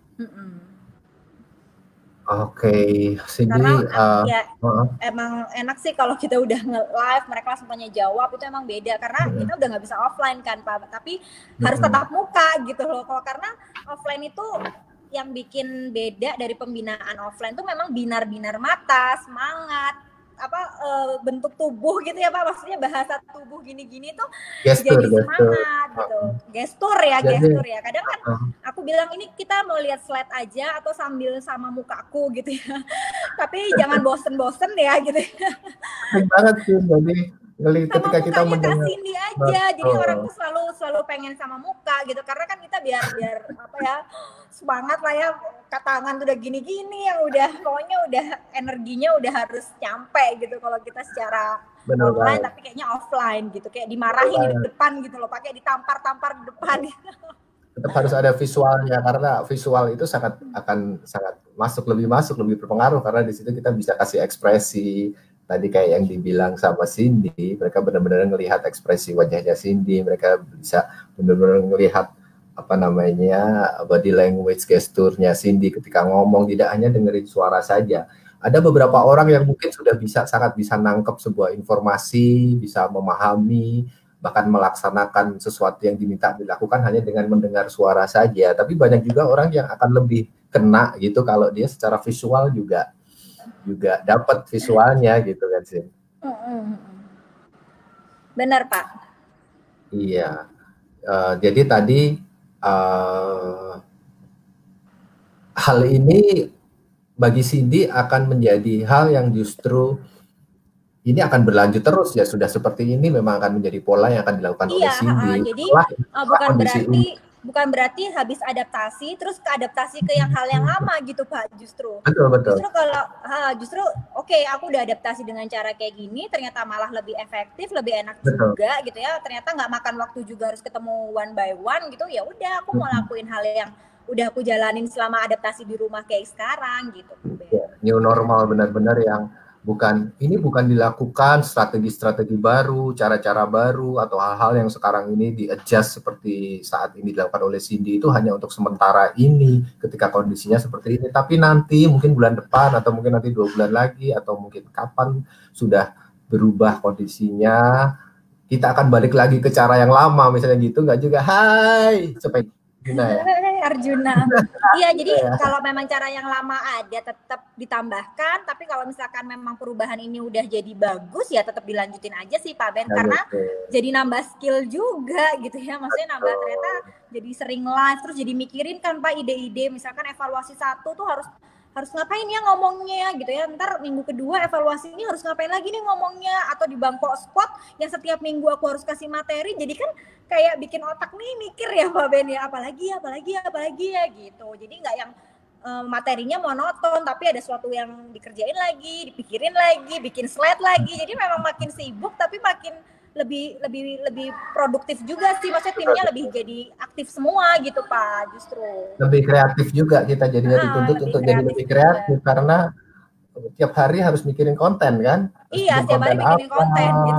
[SPEAKER 1] Oke,
[SPEAKER 2] Cindy. Emang enak sih kalau kita udah nge-live, mereka langsung tanya jawab, itu emang beda karena kita udah nggak bisa offline kan Pak, tapi harus tetap muka gitu loh. Kalau karena offline itu yang bikin beda dari pembinaan offline tuh memang binar mata, semangat, bentuk tubuh gitu ya Pak, maksudnya bahasa tubuh gini-gini tuh jadi semangat gitu. Gestur ya. Kadang kan aku bilang ini kita mau lihat slide aja atau sambil sama mukaku gitu ya. Tapi jangan bosen-bosen ya gitu.
[SPEAKER 1] Baik banget sih, jadi
[SPEAKER 2] sama
[SPEAKER 1] ketika kita
[SPEAKER 2] mukanya Kak
[SPEAKER 1] mendengar.
[SPEAKER 2] Cindy aja. Jadi orang tuh selalu pengen sama muka gitu. Karena kan kita biar apa ya, semangat lah ya. Tangan tuh udah gini-gini, yang udah pokoknya udah energinya udah harus nyampe gitu. Kalau kita secara
[SPEAKER 1] Benar
[SPEAKER 2] online
[SPEAKER 1] banget.
[SPEAKER 2] tapi kayaknya offline gitu. Kayak dimarahin di depan gitu loh, pakai ditampar-tampar di depan.
[SPEAKER 1] Tetap harus ada visualnya, karena visual itu akan sangat lebih berpengaruh, karena di situ kita bisa kasih ekspresi. Tadi kayak yang dibilang sama Cindy, mereka benar-benar melihat ekspresi wajahnya Cindy, mereka bisa benar-benar melihat apa namanya body language, gesturnya Cindy ketika ngomong, tidak hanya dengerin suara saja. Ada beberapa orang yang mungkin sudah sangat bisa nangkep sebuah informasi, bisa memahami, bahkan melaksanakan sesuatu yang diminta dilakukan hanya dengan mendengar suara saja. Tapi banyak juga orang yang akan lebih kena gitu kalau dia secara visual juga dapat visualnya gitu kan sih.
[SPEAKER 2] Benar Pak.
[SPEAKER 1] Iya. Jadi tadi hal ini bagi Cindy akan menjadi hal yang justru ini akan berlanjut terus ya, sudah seperti ini memang akan menjadi pola yang akan dilakukan oleh Cindy.
[SPEAKER 2] Jadi bukan berarti habis adaptasi terus keadaptasi ke yang hal yang lama gitu Pak, justru.
[SPEAKER 1] Betul.
[SPEAKER 2] Justru kalau oke, aku udah adaptasi dengan cara kayak gini, ternyata malah lebih efektif, lebih enak juga gitu ya. Ternyata nggak makan waktu juga harus ketemu one by one gitu. Ya udah, aku mau lakuin hal yang udah aku jalanin selama adaptasi di rumah kayak sekarang gitu.
[SPEAKER 1] Ya, new normal benar-benar yang bukan dilakukan strategi-strategi baru, cara-cara baru, atau hal-hal yang sekarang ini di-adjust seperti saat ini dilakukan oleh Cindy itu hanya untuk sementara ini ketika kondisinya seperti ini. Tapi nanti mungkin bulan depan atau mungkin nanti 2 bulan lagi atau mungkin kapan sudah berubah kondisinya, kita akan balik lagi ke cara yang lama misalnya gitu, nggak juga. Hai, sampai
[SPEAKER 2] Arjuna. Iya, jadi kalau memang cara yang lama ada tetap ditambahkan, tapi kalau misalkan memang perubahan ini udah jadi bagus ya tetap dilanjutin aja sih Pak Ben, karena jadi nambah skill juga gitu ya. Maksudnya nambah, ternyata jadi sering live, terus jadi mikirin kan Pak ide-ide, misalkan evaluasi 1 tuh harus ngapain ya ngomongnya gitu ya, ntar minggu kedua evaluasi ini harus ngapain lagi nih ngomongnya, atau di Bangkok Squad yang setiap minggu aku harus kasih materi, jadi kan kayak bikin otak nih mikir ya Pak Ben ya, apalagi ya gitu. Jadi nggak yang materinya monoton, tapi ada sesuatu yang dikerjain lagi, dipikirin lagi, bikin slide lagi. Jadi memang makin sibuk tapi makin lebih produktif juga sih, maksudnya timnya lebih jadi aktif semua gitu Pak, justru.
[SPEAKER 1] Lebih kreatif juga kita jadinya dituntut untuk jadi lebih kreatif juga. Karena tiap hari harus mikirin konten kan?
[SPEAKER 2] Iya, tiap hari mikirin konten gitu.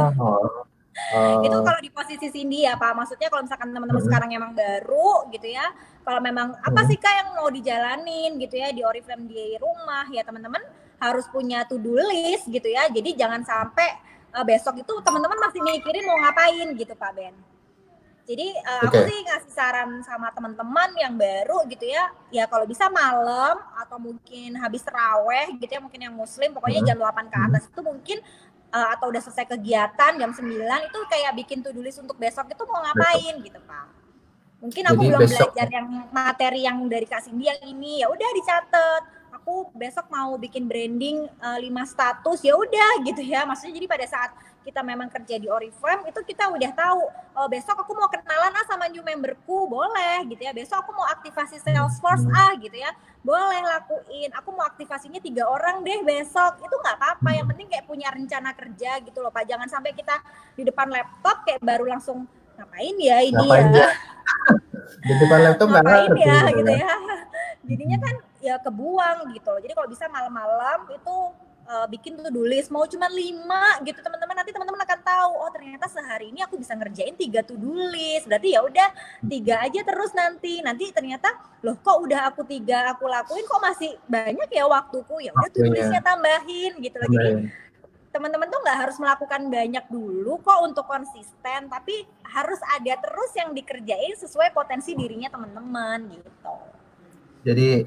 [SPEAKER 2] Itu kalau di posisi Cindy ya Pak, maksudnya kalau misalkan teman-teman sekarang emang baru gitu ya, kalau memang apa sih Kak yang mau dijalanin gitu ya di Oriflame di rumah, ya teman-teman harus punya to-do list gitu ya. Jadi jangan sampai besok itu teman-teman masih mikirin mau ngapain gitu Pak Ben. Jadi aku sih ngasih saran sama teman-teman yang baru gitu ya, ya kalau bisa malam atau mungkin habis raweh gitu ya, mungkin yang muslim pokoknya jam 8 ke atas itu mungkin atau udah selesai kegiatan jam 9 itu kayak bikin to-do list untuk besok itu mau ngapain gitu Pak. Mungkin aku belum belajar yang materi yang dari Kak Cindy yang ini, ya udah dicatat. Aku besok mau bikin branding 5 status, ya udah gitu ya. Maksudnya jadi pada saat kita memang kerja di Oriflame itu kita udah tahu, oh besok aku mau kenalan sama new memberku, boleh gitu ya. Besok aku mau aktivasi Salesforce gitu ya, boleh lakuin. Aku mau aktivasinya 3 orang deh besok, itu nggak apa-apa. Yang penting kayak punya rencana kerja gitu loh Pak. Jangan sampai kita di depan laptop kayak baru langsung ngapain ya ini ya.
[SPEAKER 1] Di depan laptop
[SPEAKER 2] ngapain ya gitu ya. Jadinya kan ya kebuang gitu loh. Jadi kalau bisa malam-malam itu bikin to-do list, mau cuma 5 gitu teman-teman, nanti teman-teman akan tahu, oh ternyata sehari ini aku bisa ngerjain 3 to-do list, berarti ya udah 3 aja terus nanti ternyata loh kok udah 3 aku lakuin kok masih banyak ya waktuku, ya udah to-do listnya tambahin gitu loh. Jadi teman-teman tuh nggak harus melakukan banyak dulu kok untuk konsisten, tapi harus ada terus yang dikerjain sesuai potensi dirinya teman-teman gitu.
[SPEAKER 1] Jadi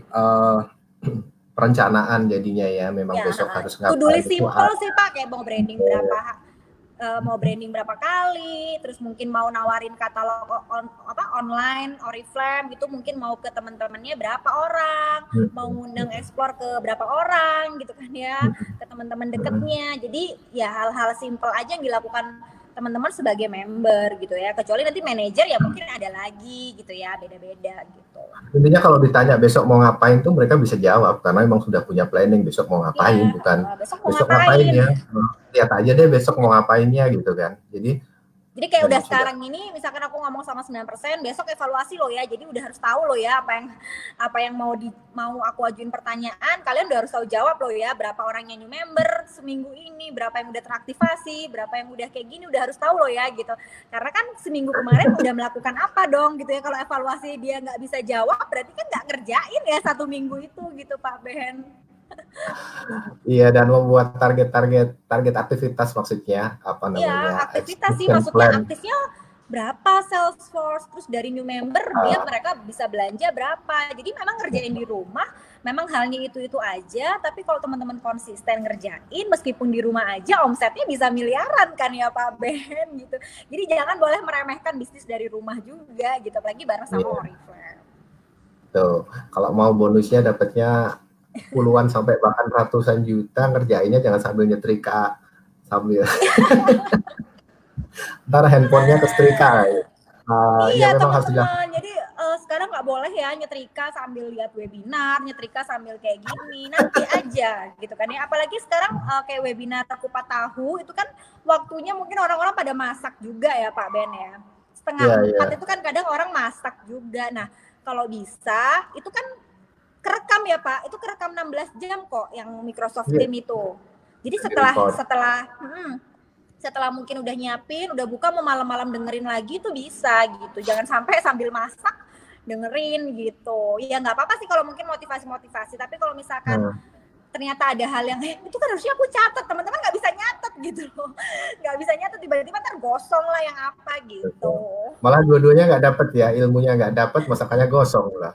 [SPEAKER 1] perencanaan jadinya ya, memang besok harus ngapain.
[SPEAKER 2] To-do list simple sih Pak, kayak mau branding berapa mau branding berapa kali, terus mungkin mau nawarin katalog online, Oriflame gitu, mungkin mau ke teman-temannya berapa orang, mau ngundang explore ke berapa orang gitu kan ya, ke teman-teman deketnya. Jadi ya hal-hal simple aja yang dilakukan teman-teman sebagai member gitu ya, kecuali nanti manajer ya mungkin ada lagi gitu ya, beda-beda gitu.
[SPEAKER 1] Intinya kalau ditanya besok mau ngapain tuh mereka bisa jawab karena memang sudah punya planning besok mau ngapain,
[SPEAKER 2] ya,
[SPEAKER 1] bukan
[SPEAKER 2] besok ngapain
[SPEAKER 1] ya, lihat aja deh besok mau ngapainnya gitu kan.
[SPEAKER 2] Jadi kayak udah sekarang ini, misalkan aku ngomong sama 9%, besok evaluasi lo ya. Jadi udah harus tahu lo ya apa yang mau aku ajuin pertanyaan, kalian udah harus tahu jawab lo ya. Berapa orang yang new member seminggu ini, berapa yang udah teraktivasi, berapa yang udah kayak gini, udah harus tahu lo ya gitu. Karena kan seminggu kemarin udah melakukan apa dong gitu ya. Kalau evaluasi dia nggak bisa jawab, berarti kan nggak ngerjain ya 1 minggu itu gitu Pak Ben.
[SPEAKER 1] Iya, dan membuat target aktivitas maksudnya apa namanya?
[SPEAKER 2] Iya, aktivitas sih maksudnya aktifnya berapa Salesforce, terus dari new member mereka bisa belanja berapa. Jadi memang ngerjain di rumah, memang halnya itu aja, tapi kalau teman-teman konsisten ngerjain meskipun di rumah aja omsetnya bisa miliaran kan ya Pak Ben gitu. Jadi jangan boleh meremehkan bisnis dari rumah juga gitu, apalagi bareng sama Oriflame.
[SPEAKER 1] Tuh, kalau mau bonusnya dapatnya puluhan sampai bahkan ratusan juta, ngerjainnya jangan sambil nyetrika sambil ntar handphonenya kesetrika.
[SPEAKER 2] Iya teman-teman, jadi sekarang nggak boleh ya nyetrika sambil lihat webinar, nyetrika sambil kayak gini, nanti aja gitu kan ya. Apalagi sekarang kayak webinar kupat tahu itu kan waktunya mungkin orang-orang pada masak juga ya Pak Ben ya. Setengah 4 itu kan kadang orang masak juga. Nah kalau bisa itu kan kerekam ya Pak, itu kerekam 16 jam kok yang Microsoft Team itu. Jadi setelah mungkin udah nyiapin, udah buka mau malam-malam dengerin lagi tuh bisa gitu. Jangan sampai sambil masak dengerin gitu. Ya nggak apa-apa sih kalau mungkin motivasi-motivasi, tapi kalau misalkan ternyata ada hal yang itu kan harusnya aku catat, teman-teman nggak bisa nyatet gitu loh. Nggak bisa nyatet, tiba-tiba ntar gosong lah yang apa gitu.
[SPEAKER 1] Malah dua-duanya nggak dapet ya, ilmunya nggak dapet, masakannya gosong lah.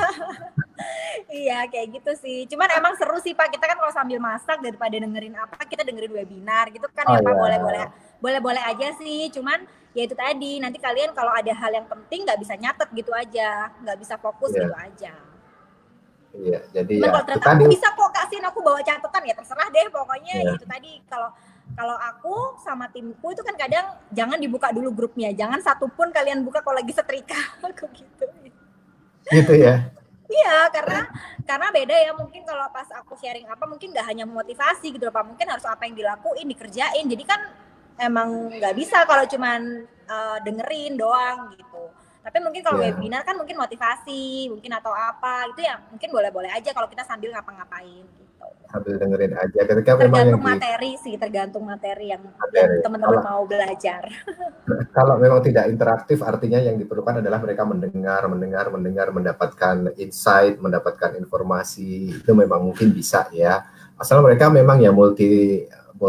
[SPEAKER 2] Iya kayak gitu sih, cuman emang seru sih Pak, kita kan kalau sambil masak daripada dengerin apa, kita dengerin webinar gitu kan ya Pak. Boleh aja sih, cuman ya itu tadi, nanti kalian kalau ada hal yang penting nggak bisa nyatet gitu aja, nggak bisa fokus gitu aja.
[SPEAKER 1] Iya, jadi
[SPEAKER 2] cuman kalau ternyata aku bisa kok Kak aku bawa catatan ya terserah deh pokoknya. Itu tadi kalau aku sama timku itu kan kadang jangan dibuka dulu grupnya, jangan satupun kalian buka kalau lagi setrika aku
[SPEAKER 1] gitu ya.
[SPEAKER 2] Iya, karena beda ya, mungkin kalau pas aku sharing apa mungkin nggak hanya motivasi gitu Pak, mungkin harus apa yang dilakuin, dikerjain. Jadi kan emang nggak bisa kalau cuman dengerin doang gitu. Tapi mungkin kalau webinar kan mungkin motivasi, mungkin atau apa, itu ya mungkin boleh-boleh aja kalau kita sambil ngapa-ngapain gitu.
[SPEAKER 1] Sambil dengerin aja. Ketika
[SPEAKER 2] tergantung materi yang teman-teman mau belajar.
[SPEAKER 1] Kalau memang tidak interaktif, artinya yang diperlukan adalah mereka mendengar, mendapatkan insight, mendapatkan informasi. Itu memang mungkin bisa ya. Asal mereka memang ya multi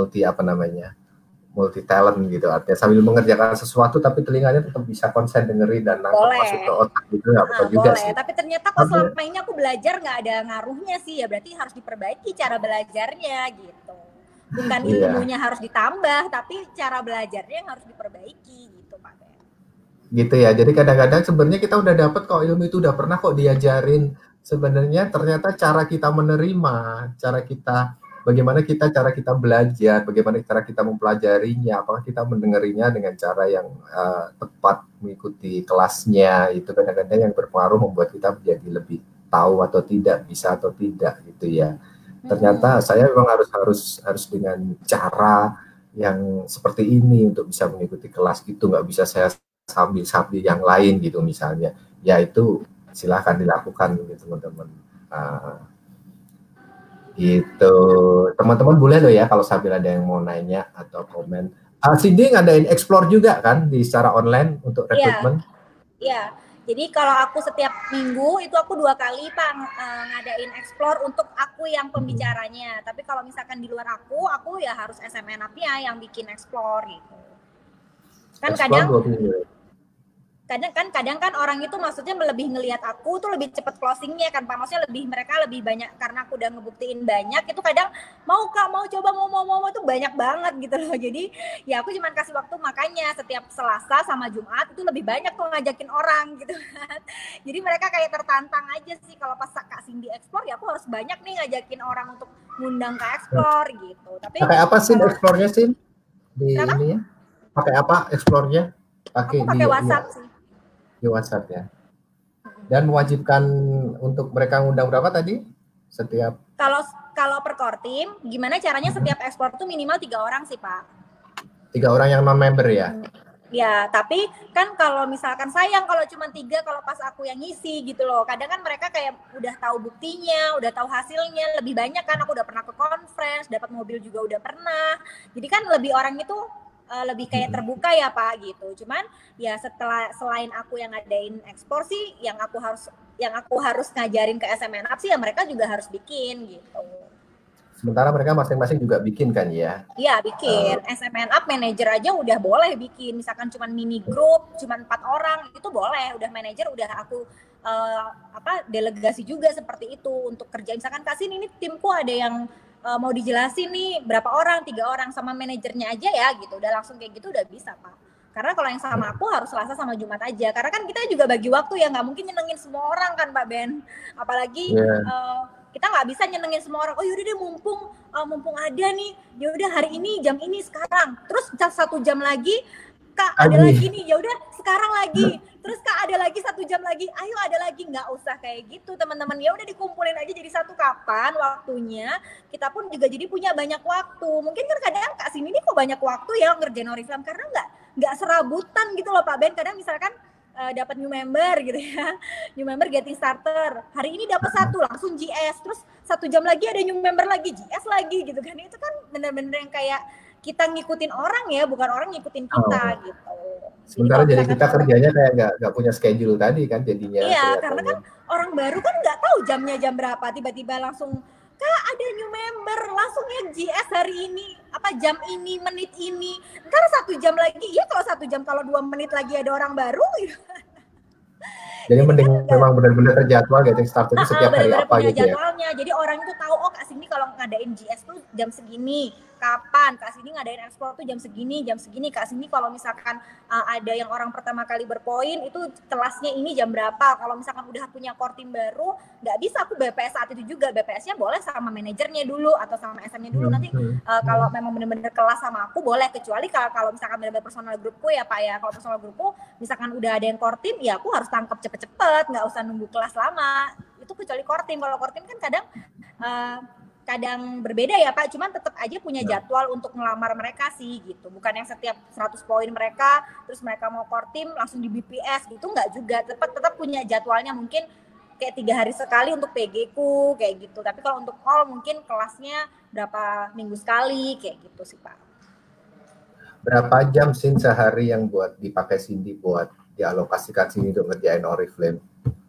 [SPEAKER 1] talent gitu, artinya sambil mengerjakan sesuatu tapi telinganya tetap bisa konsen dengerin dan nangkep masuk ke otak gitu, nggak apa juga sih.
[SPEAKER 2] Tapi ternyata kok selama ini aku belajar nggak ada ngaruhnya sih, ya berarti harus diperbaiki cara belajarnya gitu. Bukan ilmunya harus ditambah, tapi cara belajarnya yang harus diperbaiki gitu Pak Ben.
[SPEAKER 1] Gitu ya, jadi kadang-kadang sebenarnya kita udah dapat kok ilmu itu, udah pernah kok diajarin, sebenarnya ternyata cara kita menerima, bagaimana cara kita belajar, bagaimana cara kita mempelajarinya, apakah kita mendengarinya dengan cara yang tepat, mengikuti kelasnya, itu kadang-kadang yang berpengaruh membuat kita menjadi lebih tahu atau tidak, bisa atau tidak gitu ya. Ternyata saya memang harus dengan cara yang seperti ini untuk bisa mengikuti kelas gitu, nggak bisa saya sambil yang lain gitu misalnya. Ya itu silahkan dilakukan gitu teman-teman. Gitu, teman-teman boleh loh ya kalau sambil ada yang mau nanya atau komen. Cindy ngadain explore juga kan di secara online untuk rekrutmen?
[SPEAKER 2] Iya. Jadi kalau aku setiap minggu itu aku 2 kali Pak ngadain explore untuk aku yang pembicaranya. Tapi kalau misalkan di luar aku ya harus SMN up-nya yang bikin explore gitu. Kan explore kadang kadang kan orang itu maksudnya lebih ngelihat aku tuh lebih cepet closingnya kan Pak, maksudnya mereka lebih banyak karena aku udah ngebuktiin banyak, itu kadang mau Kak, mau coba, mau tuh banyak banget gitu loh. Jadi ya aku cuma kasih waktu, makanya setiap Selasa sama Jumat itu lebih banyak tuh ngajakin orang gitu kan. Jadi mereka kayak tertantang aja sih, kalau pas Kak Cindy explore ya aku harus banyak nih ngajakin orang untuk ngundang ke explore gitu. Tapi
[SPEAKER 1] pakai apa sih explore-nya sih di
[SPEAKER 2] kenapa?
[SPEAKER 1] ini ya? Pakai apa explore-nya?
[SPEAKER 2] Aku pakai WhatsApp sih.
[SPEAKER 1] Di WhatsApp ya. Dan mewajibkan untuk mereka ngundang berapa tadi? Setiap
[SPEAKER 2] kalau per core team, gimana caranya setiap ekspor tuh minimal 3 orang sih Pak.
[SPEAKER 1] 3 orang yang non-member ya?
[SPEAKER 2] Ya, tapi kan kalau misalkan sayang kalau cuma 3, kalau pas aku yang ngisi gitu loh. Kadang kan mereka kayak udah tahu buktinya, udah tahu hasilnya, lebih banyak kan, aku udah pernah ke conference, dapat mobil juga udah pernah. Jadi kan lebih orang itu lebih kayak terbuka ya Pak gitu. Cuman ya selain aku yang ngadain ekspor sih, yang aku harus ngajarin ke SMN Up sih ya mereka juga harus bikin gitu.
[SPEAKER 1] Sementara mereka masing-masing juga bikin kan ya?
[SPEAKER 2] Iya bikin. SMN Up manajer aja udah boleh bikin. Misalkan cuma mini group, cuma 4 orang itu boleh. Udah manajer udah aku delegasi juga seperti itu untuk kerja. Misalkan Kasin ini timku ada yang mau dijelasin nih berapa orang, 3 orang sama manajernya aja ya gitu, udah langsung kayak gitu udah bisa Pak. Karena kalau yang sama aku harus Selasa sama Jumat aja, karena kan kita juga bagi waktu ya, nggak mungkin nyenengin semua orang kan Pak Ben, apalagi kita nggak bisa nyenengin semua orang. Oh yaudah deh mumpung ada nih, yaudah hari ini jam ini sekarang, terus 1 jam lagi Kak ada lagi nih, ya udah sekarang lagi, terus Kak ada lagi 1 jam lagi, ayo ada lagi, nggak usah kayak gitu teman-teman, ya udah dikumpulin aja jadi satu, kapan waktunya, kita pun juga jadi punya banyak waktu. Mungkin kan kadang Kak Cindy ini kok banyak waktu ya ngerjain Oriflame karena nggak serabutan gitu loh Pak Ben. Kadang misalkan dapat new member gitu ya, new member getting starter, hari ini dapat 1 langsung GS, terus 1 jam lagi ada new member lagi GS lagi gitu kan. Itu kan bener-bener yang kayak kita ngikutin orang ya, bukan orang ngikutin kita gitu.
[SPEAKER 1] Sementara jadi kita kerjanya kayak nggak punya schedule tadi kan jadinya.
[SPEAKER 2] Iya, karena kan orang baru kan nggak tahu jamnya jam berapa, tiba-tiba langsung Kak ada new member, langsung ya GS hari ini, jam ini, menit ini, ntar 1 jam lagi, iya kalau 1 jam, kalau 2 menit lagi ada orang baru gitu.
[SPEAKER 1] Jadi mending memang benar-benar terjadwal getting starter itu setiap hari apa gitu ya.
[SPEAKER 2] Jadwalnya. Jadi orang itu tahu, oh Kak Cindy kalau ngadain GS tuh jam segini, kapan Kak Cindy ngadain ekspor tuh jam segini. Kak Cindy kalau misalkan ada yang orang pertama kali berpoin itu kelasnya ini jam berapa. Kalau misalkan udah punya core team baru, nggak bisa aku BPS saat itu juga. BPS-nya boleh sama manajernya dulu atau sama SM-nya dulu. Nanti kalau memang benar-benar kelas sama aku boleh, kecuali kalau misalkan benar-benar personal grupku ya Pak ya. Kalau personal grupku misalkan udah ada yang core team, ya aku harus tangkap cepet-cepet, nggak usah nunggu kelas lama. Itu kecuali core team. Kalau core team kan kadang berbeda ya Pak, cuman tetap aja punya jadwal untuk ngelamar mereka sih gitu. Bukan yang setiap 100 poin mereka, terus mereka mau core team langsung di BPS gitu, nggak juga. Tetap punya jadwalnya, mungkin kayak 3 hari sekali untuk PG ku kayak gitu. Tapi kalau untuk call mungkin kelasnya berapa minggu sekali kayak gitu sih Pak.
[SPEAKER 1] Berapa jam sih sehari yang buat dipakai Cindy buat dialokasikan sini untuk ngerjain Oriflame?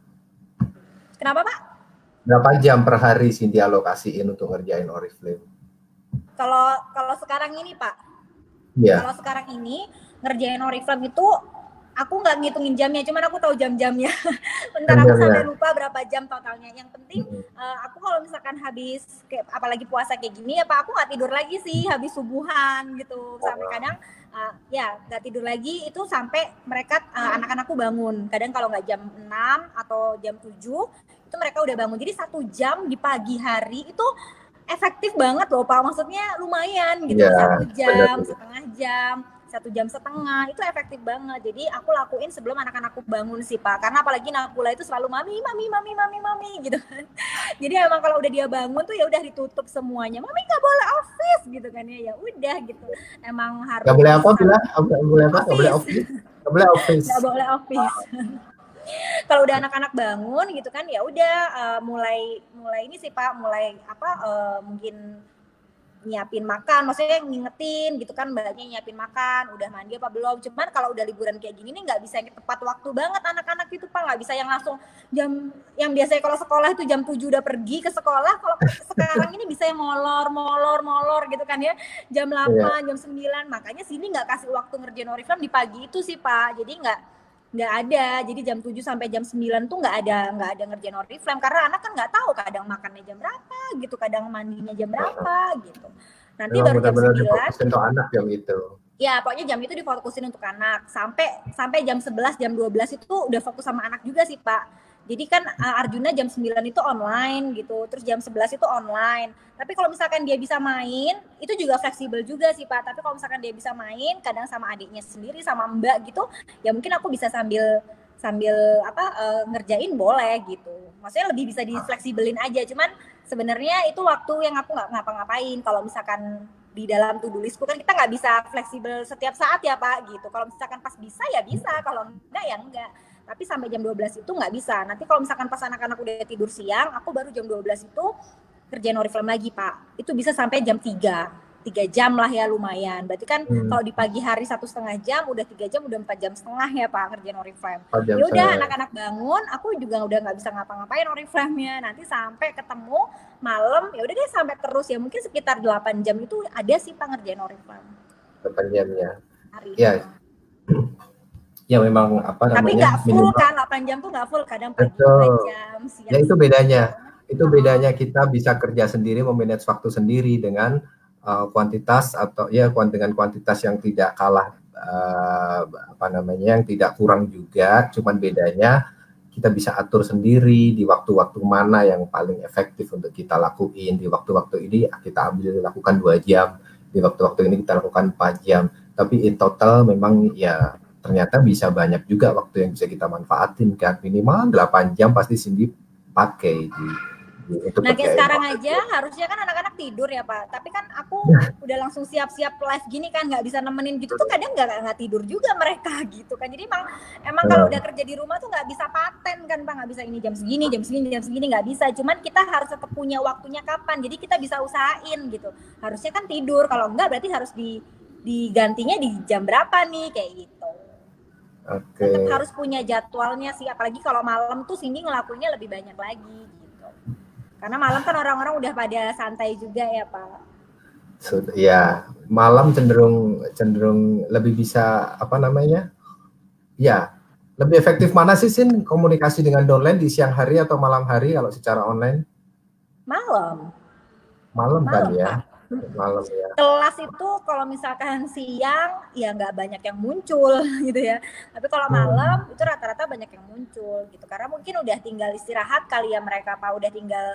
[SPEAKER 2] Kenapa Pak?
[SPEAKER 1] Berapa jam per hari Cindy alokasiin untuk ngerjain Oriflame?
[SPEAKER 2] Kalau sekarang ini Pak, kalau sekarang ini ngerjain Oriflame itu aku nggak ngitungin jamnya, cuman aku tahu jam-jamnya. Bentar aku sampai lupa berapa jam totalnya. Yang penting aku kalau misalkan habis apalagi puasa kayak gini ya Pak, aku nggak tidur lagi sih habis subuhan gitu. Sampai kadang nggak tidur lagi itu sampai mereka anak-anakku bangun. Kadang kalau nggak jam 6 atau jam 7 itu mereka udah bangun. Jadi 1 jam di pagi hari itu efektif banget loh Pak. Maksudnya lumayan gitu, 1 jam, setengah jam, 1 jam setengah, itu efektif banget. Jadi aku lakuin sebelum anak-anakku bangun sih Pak. Karena apalagi Nakula itu selalu mami gitu kan. Jadi emang kalau udah dia bangun tuh ya udah ditutup semuanya. Mami nggak boleh office gitu kan ya. Ya udah gitu. Emang harus.
[SPEAKER 1] Nggak boleh apa bilang? Nggak boleh office.
[SPEAKER 2] Nggak boleh office. Kalau udah anak-anak bangun gitu kan ya udah mulai ini sih Pak, mungkin nyiapin makan, maksudnya ngingetin gitu kan mbaknya nyiapin makan, udah mandi apa belum. Cuman kalau udah liburan kayak gini nih nggak bisa yang tepat waktu banget anak-anak itu Pak, nggak bisa yang langsung jam yang biasanya kalau sekolah itu jam 7 udah pergi ke sekolah. Kalau sekarang ini bisa yang molor gitu kan ya, jam 8, jam 9. Makanya sini nggak kasih waktu ngerjain Oriflame di pagi itu sih Pak, jadi nggak nggak ada. Jadi jam 7 sampai jam 9 tuh nggak ada ngerjain Oriflame karena anak kan nggak tahu kadang makannya jam berapa gitu, kadang mandinya jam berapa gitu. Nanti
[SPEAKER 1] Memang
[SPEAKER 2] baru jam
[SPEAKER 1] benar-benar
[SPEAKER 2] 9
[SPEAKER 1] difokusin untuk anak jam itu.
[SPEAKER 2] ya pokoknya jam itu difokusin untuk anak sampai jam 11 jam 12 itu udah fokus sama anak juga sih Pak. Jadi kan Arjuna jam 9 itu online gitu, terus jam 11 itu online. Tapi kalau misalkan dia bisa main, itu juga fleksibel juga sih Pak. Tapi kalau misalkan dia bisa main, kadang sama adiknya sendiri, sama Mbak gitu, ya mungkin aku bisa sambil ngerjain boleh gitu. Maksudnya lebih bisa difleksibelin aja. Cuman sebenarnya itu waktu yang aku nggak ngapa-ngapain. Kalau misalkan di dalam to-do listku kan kita nggak bisa fleksibel setiap saat ya Pak gitu. Kalau misalkan pas bisa ya bisa, kalau enggak ya enggak. Tapi sampai jam 12 itu nggak bisa. Nanti kalau misalkan pas anak-anak udah tidur siang, aku baru jam 12 itu kerjain Oriflame lagi, Pak. Itu bisa sampai jam 3. 3 jam lah ya, lumayan. Berarti kan kalau di pagi hari 1,5 jam, udah 3 jam, udah 4 jam setengah ya, Pak, kerjain Oriflame. Ya udah, anak-anak bangun, aku juga udah nggak bisa ngapa-ngapain Oriflame-nya. Nanti sampai ketemu malam, ya udah deh sampai terus ya. Mungkin sekitar 8 jam itu ada sih, Pak, ngerjain Oriflame.
[SPEAKER 1] 8 jamnya. Ya. Ya memang apa namanya?
[SPEAKER 2] Tapi nggak full kan, 8 jam tuh nggak full, kadang pagi 4 jam, siang.
[SPEAKER 1] Ya itu bedanya. Itu bedanya kita bisa kerja sendiri, memanage waktu sendiri dengan kuantitas atau ya dengan kuantitas yang tidak kalah yang tidak kurang juga. Cuman bedanya kita bisa atur sendiri di waktu-waktu mana yang paling efektif untuk kita lakuin. Di waktu-waktu ini kita lakukan 2 jam, di waktu-waktu ini kita lakukan 4 jam. Tapi in total memang ya ternyata bisa banyak juga waktu yang bisa kita manfaatin kan. Minimal 8 jam pasti Cindy pakai untuk
[SPEAKER 2] nah kayak sekarang aja harusnya kan anak-anak tidur ya Pak, tapi kan aku udah langsung siap-siap live gini kan, nggak bisa nemenin gitu tuh kadang nggak tidur juga mereka gitu kan. Jadi emang kalau udah kerja di rumah tuh nggak bisa paten kan Pak, nggak bisa ini jam segini nggak bisa. Cuman kita harus tetap punya waktunya kapan, jadi kita bisa usahain gitu. Harusnya kan tidur, kalau enggak berarti harus digantinya di jam berapa nih kayak gitu. Tetap harus punya jadwalnya sih, apalagi kalau malam tuh Cindy ngelakuinnya lebih banyak lagi gitu. Karena malam kan orang-orang udah pada santai juga ya Pak.
[SPEAKER 1] Ya, malam cenderung lebih bisa ya, lebih efektif mana sih Sin komunikasi dengan downline di siang hari atau malam hari kalau secara online?
[SPEAKER 2] Malam
[SPEAKER 1] kan ya. Malam ya.
[SPEAKER 2] Kelas itu kalau misalkan siang ya nggak banyak yang muncul gitu ya. Tapi kalau malam itu rata-rata banyak yang muncul gitu. Karena mungkin udah tinggal istirahat kali ya mereka Pak, udah tinggal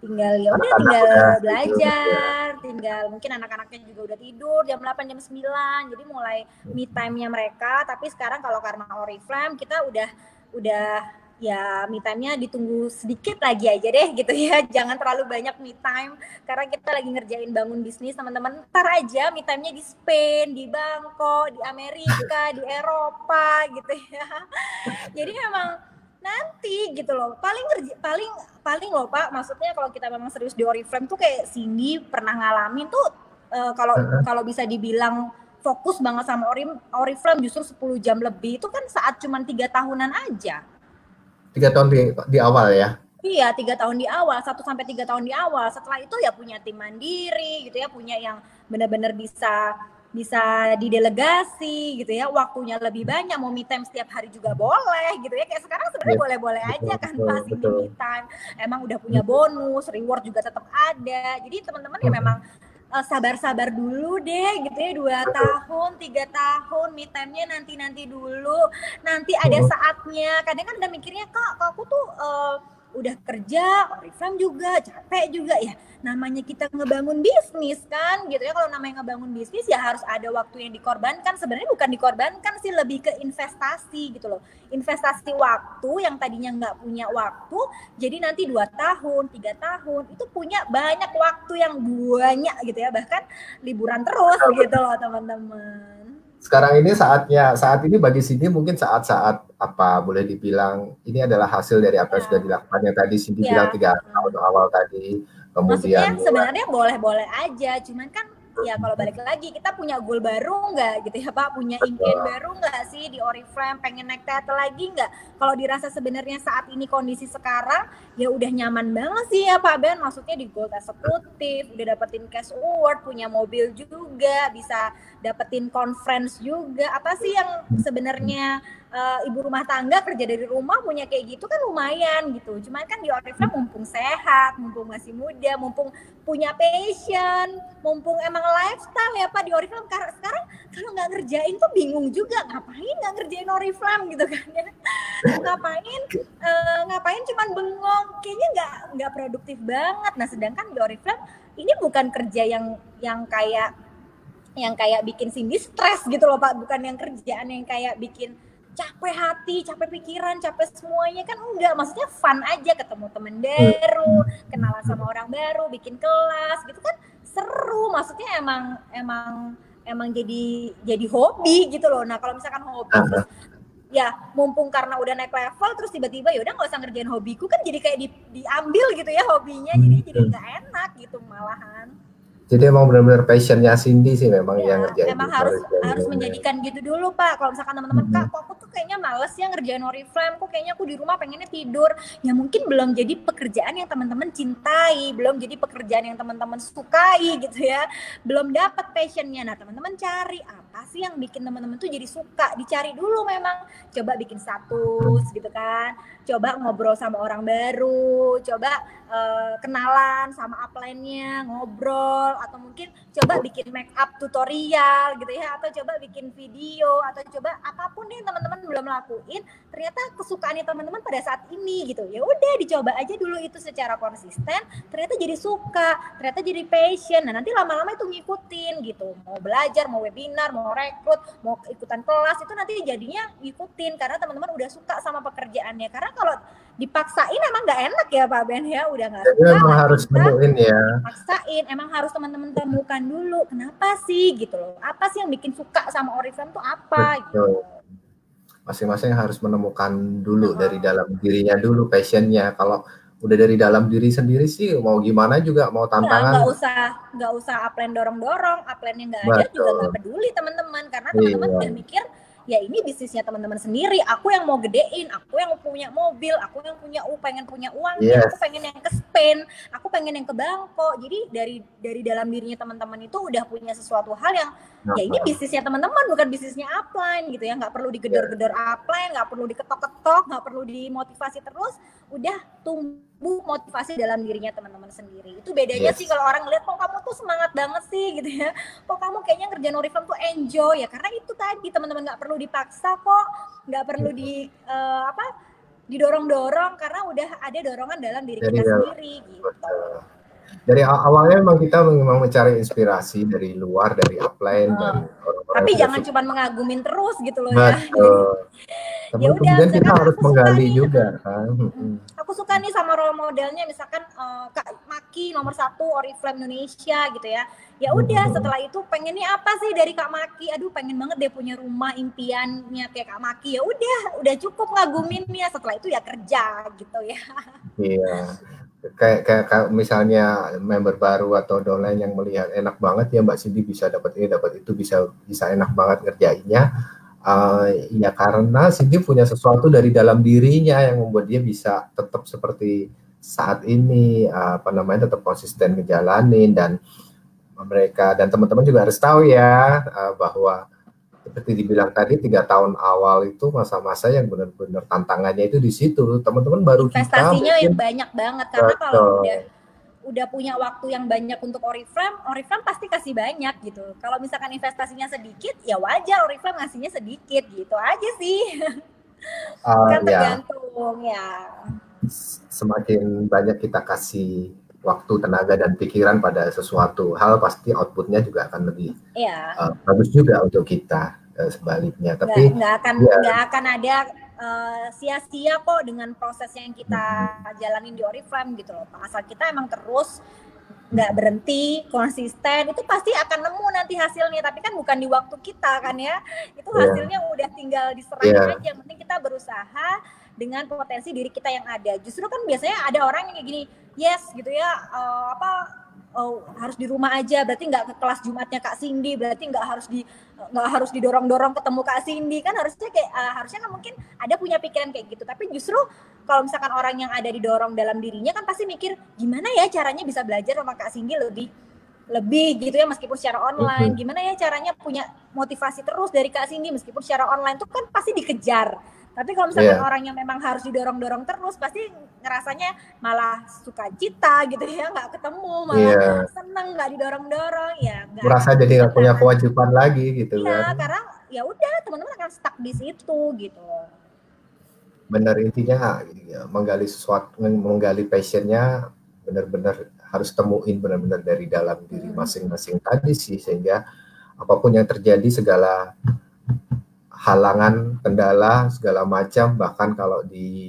[SPEAKER 2] belajar, tinggal mungkin anak-anaknya juga udah tidur jam 8 jam 9. Jadi mulai me time-nya mereka. Tapi sekarang kalau karena Oriflame kita udah ya me time-nya ditunggu sedikit lagi aja deh gitu ya. Jangan terlalu banyak me time karena kita lagi ngerjain bangun bisnis teman-teman. Ntar aja me time-nya di Spain, di Bangkok, di Amerika, di Eropa gitu ya. Jadi memang nanti gitu loh. Paling loh Pak, maksudnya kalau kita memang serius di Oriflame tuh kayak Cindy pernah ngalamin tuh kalau bisa dibilang fokus banget sama Oriflame justru 10 jam lebih itu kan saat cuma 3 tahunan aja.
[SPEAKER 1] 3 tahun di awal ya?
[SPEAKER 2] Iya, 3 tahun di awal, 1 sampai 3 tahun di awal. Setelah itu ya punya tim mandiri gitu ya, punya yang benar-benar bisa didelegasi gitu ya, waktunya lebih banyak, mau me time setiap hari juga boleh gitu ya. Kayak sekarang sebenarnya boleh-boleh aja kan pas ini me time. Emang udah punya bonus, reward juga tetap ada. Jadi teman-teman ya memang sabar-sabar dulu deh gitu ya, 2 tahun, 3 tahun me time-nya nanti dulu. Nanti ada saatnya. Kadang kan udah mikirnya kak aku tuh udah kerja, Oriflame juga, capek juga ya. Namanya kita ngebangun bisnis kan gitu ya. Kalau namanya ngebangun bisnis ya harus ada waktu yang dikorbankan. Sebenarnya bukan dikorbankan sih, lebih ke investasi gitu loh. Investasi waktu yang tadinya nggak punya waktu, jadi nanti 2 tahun, 3 tahun itu punya banyak waktu yang banyak gitu ya. Bahkan liburan terus gitu loh teman-teman.
[SPEAKER 1] Sekarang ini saat ini bagi Cindy mungkin saat-saat boleh dibilang ini adalah hasil dari apa yang sudah dilakukan yang tadi Cindy bilang 3 tahun awal tadi. Kemudian
[SPEAKER 2] maksudnya sebenarnya boleh-boleh aja, cuman kan ya kalau balik lagi kita punya goal baru nggak gitu ya Pak, punya impian baru nggak sih di Oriflame, pengen naik teater lagi nggak? Kalau dirasa sebenarnya saat ini kondisi sekarang ya udah nyaman banget sih ya Pak Ben, maksudnya di Gold Eksekutif, udah dapetin cash award, punya mobil juga, bisa dapetin conference juga. Apa sih yang sebenarnya ibu rumah tangga kerja dari rumah punya kayak gitu kan lumayan gitu. Cuman kan di Oriflame mumpung sehat, mumpung masih muda, mumpung punya passion, mumpung emang lifestyle ya Pak di Oriflame. Sekarang kalau nggak ngerjain tuh bingung juga, ngapain nggak ngerjain Oriflame gitu kan ya. Ngapain cuman bengong, kayaknya nggak produktif banget. Nah sedangkan di Oriflame ini bukan kerja yang kayak bikin Cindy stres gitu loh Pak, bukan yang kerjaan yang kayak bikin capek hati, capek pikiran, capek semuanya kan enggak, maksudnya fun aja, ketemu temen baru, kenalan sama orang baru, bikin kelas gitu kan seru, maksudnya emang jadi hobi gitu loh. Nah kalau misalkan hobi terus ya mumpung karena udah naik level terus tiba-tiba ya udah nggak usah ngerjain hobiku kan, jadi kayak diambil gitu ya hobinya, jadi nggak enak gitu malahan.
[SPEAKER 1] Jadi emang benar-benar passionnya Cindy sih memang
[SPEAKER 2] ya,
[SPEAKER 1] yang ngerjain.
[SPEAKER 2] Emang harus menjadikan gitu dulu Pak. Kalau misalkan teman-teman Kak, kok aku tuh kayaknya males ya ngerjain Oriflame, kok kayaknya aku di rumah pengennya tidur. Ya mungkin belum jadi pekerjaan yang teman-teman cintai, belum jadi pekerjaan yang teman-teman sukai gitu ya. Belum dapat passionnya. Nah teman-teman cari apa sih yang bikin teman-teman tuh jadi suka. Dicari dulu memang. Coba bikin status gitu kan. Coba ngobrol sama orang baru. Coba kenalan sama upline-nya, ngobrol, atau mungkin coba bikin make up tutorial gitu ya, atau coba bikin video, atau coba apapun yang teman-teman belum lakuin, ternyata kesukaannya teman-teman pada saat ini gitu. Ya udah dicoba aja dulu itu secara konsisten, ternyata jadi suka, ternyata jadi passion. Nah, nanti lama-lama itu ngikutin gitu. Mau belajar, mau webinar, mau rekrut, mau ikutan kelas, itu nanti jadinya ngikutin karena teman-teman udah suka sama pekerjaannya. Karena kalau dipaksain emang nggak enak ya Pak Ben ya, udah nggak suka.
[SPEAKER 1] Emang harus nemuin ya.
[SPEAKER 2] Paksain, emang harus teman-teman temukan dulu kenapa sih gitu loh. Apa sih yang bikin suka sama Oriflame tuh apa? Gitu.
[SPEAKER 1] Masing-masing harus menemukan dulu dari dalam dirinya dulu passionnya. Kalau udah dari dalam diri sendiri sih mau gimana juga, mau tantangan.
[SPEAKER 2] Nggak usah upline dorong-dorong, upline yang nggak ada juga nggak peduli teman-teman, karena teman-teman udah mikir ya ini bisnisnya teman-teman sendiri, aku yang mau gedein, aku yang punya mobil, aku yang pengen punya uang, aku pengen yang ke Spain, aku pengen yang ke Bangkok. Jadi dari dalam dirinya teman-teman itu udah punya sesuatu hal yang ya ini bisnisnya teman-teman, bukan bisnisnya upline gitu ya. Nggak perlu digedor-gedor upline, nggak perlu diketok-ketok, nggak perlu dimotivasi terus, udah tumbuh motivasi dalam dirinya teman-teman sendiri. Itu bedanya sih kalau orang lihat, kok kamu tuh semangat banget sih gitu ya, kok kamu kayaknya ngerjain Oriflame tuh enjoy ya, karena itu tadi teman-teman nggak perlu dipaksa kok, nggak perlu didorong-dorong, karena udah ada dorongan dalam diri kita sendiri gitu.
[SPEAKER 1] Dari awalnya memang kita memang mencari inspirasi dari luar, dari upline, dari orang-orang.
[SPEAKER 2] Tapi jangan cuma mengagumin terus gitu loh
[SPEAKER 1] ya.
[SPEAKER 2] Ya udah,
[SPEAKER 1] kemudian kita harus menggali juga kan.
[SPEAKER 2] Aku suka nih sama role modelnya, misalkan Kak Maki nomor 1 Oriflame Indonesia gitu ya. Ya udah, setelah itu pengennya apa sih dari Kak Maki? Aduh, pengen banget deh punya rumah impiannya kayak Kak Maki. Ya udah cukup ngaguminnya. Setelah itu ya kerja gitu ya.
[SPEAKER 1] Iya. Kayak misalnya member baru atau downline yang melihat enak banget ya Mbak Cindy bisa dapat ini, dapat itu, bisa enak banget ngerjainnya. Ya karena Cindy punya sesuatu dari dalam dirinya yang membuat dia bisa tetap seperti saat ini, tetap konsisten ngejalanin. Dan mereka dan teman-teman juga harus tahu ya, bahwa seperti dibilang tadi 3 tahun awal itu masa-masa yang benar-benar tantangannya itu di situ. Teman-teman baru
[SPEAKER 2] investasinya yang banyak banget, karena kalau udah punya waktu yang banyak untuk Oriflame pasti kasih banyak gitu. Kalau misalkan investasinya sedikit, ya wajar Oriflame ngasihnya sedikit gitu aja sih. Kan tergantung ya.
[SPEAKER 1] Semakin banyak kita kasih waktu, tenaga, dan pikiran pada sesuatu hal, pasti outputnya juga akan lebih bagus juga untuk kita. Sebaliknya, tapi
[SPEAKER 2] nggak akan ada sia-sia kok dengan proses yang kita jalanin di Oriflame gitu loh. Asal kita emang terus nggak berhenti, konsisten, itu pasti akan nemu nanti hasilnya. Tapi kan bukan di waktu kita kan ya, itu hasilnya udah tinggal diserahin aja. Yang penting kita berusaha dengan potensi diri kita yang ada. Justru kan biasanya ada orang yang kayak gini, yes gitu ya, oh, harus di rumah aja, berarti nggak ke kelas Jumatnya Kak Cindy, berarti nggak harus didorong-dorong ketemu Kak Cindy, kan harusnya kan mungkin ada punya pikiran kayak gitu. Tapi justru kalau misalkan orang yang ada didorong dalam dirinya kan pasti mikir gimana ya caranya bisa belajar sama Kak Cindy lebih gitu ya, meskipun secara online, gimana ya caranya punya motivasi terus dari Kak Cindy meskipun secara online tuh kan pasti dikejar. Tapi kalau misalkan orang yang memang harus didorong-dorong terus, pasti ngerasanya malah suka cita gitu ya, nggak ketemu, malah seneng nggak didorong-dorong, ya
[SPEAKER 1] merasa jadi nggak punya kewajiban lagi gitu
[SPEAKER 2] kan. Karena ya udah teman-teman akan stuck di situ gitu.
[SPEAKER 1] Benar, intinya menggali sesuatu, menggali passionnya benar-benar harus temuin benar-benar dari dalam diri masing-masing tadi sih, sehingga apapun yang terjadi, segala halangan, kendala, segala macam, bahkan kalau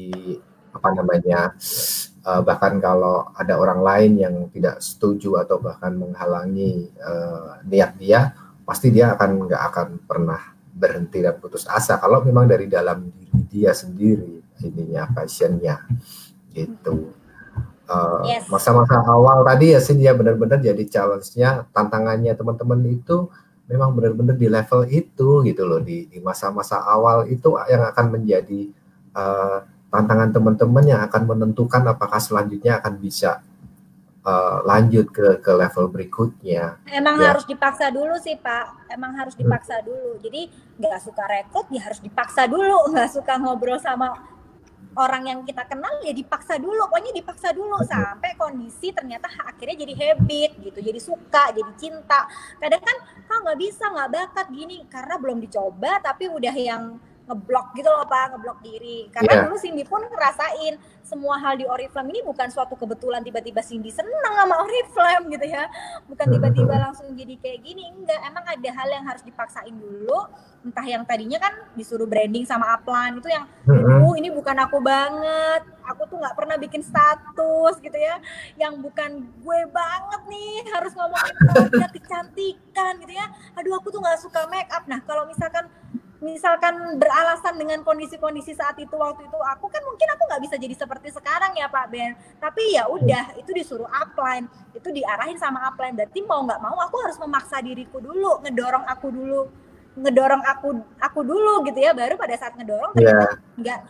[SPEAKER 1] bahkan kalau ada orang lain yang tidak setuju atau bahkan menghalangi niat dia, pasti dia nggak akan pernah berhenti dan putus asa kalau memang dari dalam diri dia sendiri ininya, passionnya gitu. Masa-masa awal tadi ya Sin, ya benar-benar jadi challenge-nya, tantangannya teman-teman itu memang benar-benar di level itu gitu loh, di masa-masa awal itu yang akan menjadi tantangan teman-teman yang akan menentukan apakah selanjutnya akan bisa lanjut ke level berikutnya.
[SPEAKER 2] Emang harus dipaksa dulu sih Pak, emang harus dipaksa dulu. Jadi nggak suka rekrut ya harus dipaksa dulu, nggak suka ngobrol sama orang yang kita kenal ya dipaksa dulu, pokoknya dipaksa dulu sampai kondisi ternyata akhirnya jadi habit gitu, jadi suka, jadi cinta. Kadang kan nggak bisa, nggak bakat gini karena belum dicoba, tapi udah yang ngeblok gitu loh Pak, ngeblok diri. Karena dulu Cindy pun ngerasain semua hal di Oriflame ini bukan suatu kebetulan tiba-tiba Cindy seneng sama Oriflame gitu ya, bukan tiba-tiba langsung jadi kayak gini, enggak. Emang ada hal yang harus dipaksain dulu, entah yang tadinya kan disuruh branding sama upline itu yang ini bukan aku banget, aku tuh nggak pernah bikin status gitu ya, yang bukan gue banget nih harus ngomongin produk kecantikan gitu ya, aduh aku tuh nggak suka make up. Nah kalau misalkan beralasan dengan kondisi-kondisi saat itu, waktu itu aku kan mungkin aku nggak bisa jadi seperti sekarang ya Pak Ben, tapi ya udah itu disuruh upline, itu diarahin sama upline, berarti mau nggak mau aku harus memaksa diriku dulu, ngedorong aku dulu gitu ya, baru pada saat ngedorong ternyata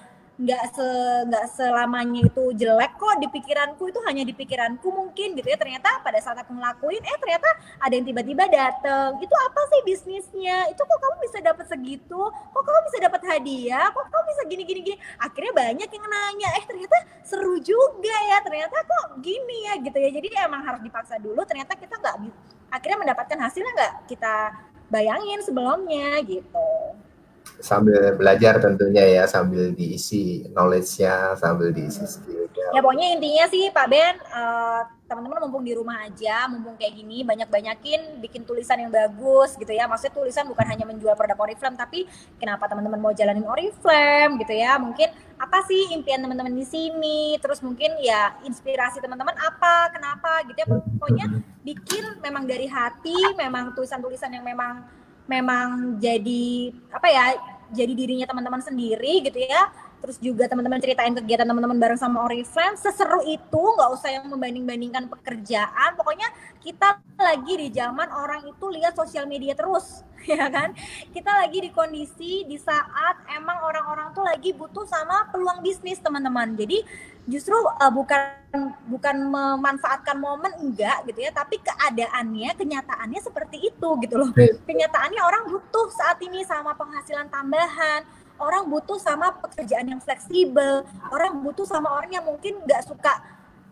[SPEAKER 2] nggak selamanya itu jelek kok di pikiranku, itu hanya di pikiranku mungkin gitu ya. Ternyata pada saat aku ngelakuin ternyata ada yang tiba-tiba dateng, itu apa sih bisnisnya, itu kok kamu bisa dapat segitu, kok kamu bisa dapat hadiah, kok kamu bisa gini, akhirnya banyak yang nanya, ternyata seru juga ya, ternyata kok gini ya gitu ya. Jadi emang harus dipaksa dulu, ternyata kita akhirnya mendapatkan hasilnya nggak kita bayangin sebelumnya gitu.
[SPEAKER 1] Sambil belajar tentunya ya, sambil diisi knowledge-nya, sambil diisi skill-nya.
[SPEAKER 2] Ya pokoknya intinya sih Pak Ben, teman-teman mumpung di rumah aja, mumpung kayak gini, banyak-banyakin bikin tulisan yang bagus gitu ya. Maksudnya tulisan bukan hanya menjual produk Oriflame, tapi kenapa teman-teman mau jalanin Oriflame gitu ya. Mungkin apa sih impian teman-teman di sini, terus mungkin ya inspirasi teman-teman apa, kenapa gitu ya. Pokoknya bikin memang dari hati, memang tulisan-tulisan yang memang jadi jadi dirinya teman-teman sendiri gitu ya. Terus juga teman-teman ceritain kegiatan teman-teman bareng sama Oriflame, seseru itu, nggak usah yang membanding-bandingkan pekerjaan. Pokoknya kita lagi di zaman orang itu lihat sosial media terus, ya kan? Kita lagi di kondisi di saat emang orang-orang tuh lagi butuh sama peluang bisnis teman-teman. Jadi justru bukan memanfaatkan momen, enggak gitu ya, tapi kenyataannya seperti itu gitu loh. Kenyataannya orang butuh saat ini sama penghasilan tambahan, orang butuh sama pekerjaan yang fleksibel, orang butuh sama orang yang mungkin nggak suka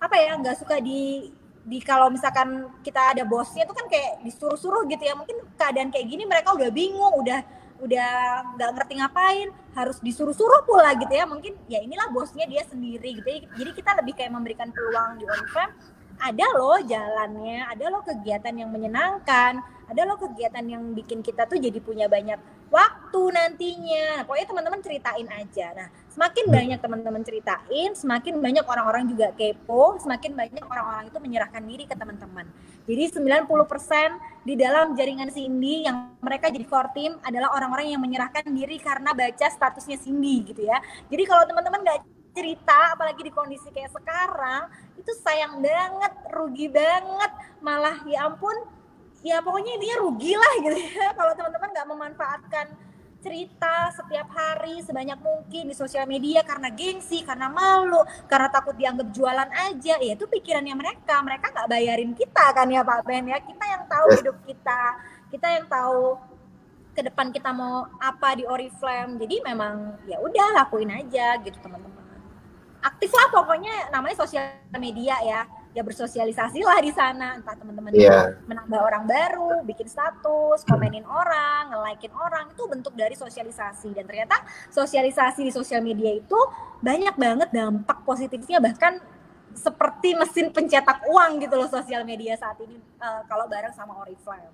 [SPEAKER 2] di kalau misalkan kita ada bosnya itu kan kayak disuruh-suruh gitu ya, mungkin keadaan kayak gini mereka udah bingung, udah nggak ngerti ngapain, harus disuruh-suruh pula gitu ya. Mungkin ya inilah bosnya dia sendiri gitu ya. Jadi kita lebih kayak memberikan peluang di Oriflame, ada loh jalannya, ada loh kegiatan yang menyenangkan, ada loh kegiatan yang bikin kita tuh jadi punya banyak waktu nantinya. Nah, pokoknya teman-teman ceritain aja. Nah, semakin banyak teman-teman ceritain, semakin banyak orang-orang juga kepo, semakin banyak orang-orang itu menyerahkan diri ke teman-teman. Jadi 90% di dalam jaringan Cindy yang mereka jadi core team adalah orang-orang yang menyerahkan diri karena baca statusnya Cindy gitu ya. Jadi kalau teman-teman nggak cerita, apalagi di kondisi kayak sekarang, itu sayang banget, rugi banget, malah ya ampun, ya pokoknya dia rugi lah gitu ya kalau teman-teman nggak memanfaatkan cerita setiap hari sebanyak mungkin di sosial media karena gengsi, karena malu, karena takut dianggap jualan aja. Ya itu pikirannya mereka nggak bayarin kita kan ya Pak Ben ya, kita yang tahu hidup kita yang tahu ke depan kita mau apa di Oriflame. Jadi memang ya udah lakuin aja gitu teman-teman. Aktif lah pokoknya, namanya sosial media ya bersosialisasi lah di sana, entah teman-teman menambah orang baru, bikin status, komenin orang, nge-like-in orang, itu bentuk dari sosialisasi. Dan ternyata sosialisasi di sosial media itu banyak banget dampak positifnya, bahkan seperti mesin pencetak uang gitu loh sosial media saat ini kalau bareng sama Oriflame.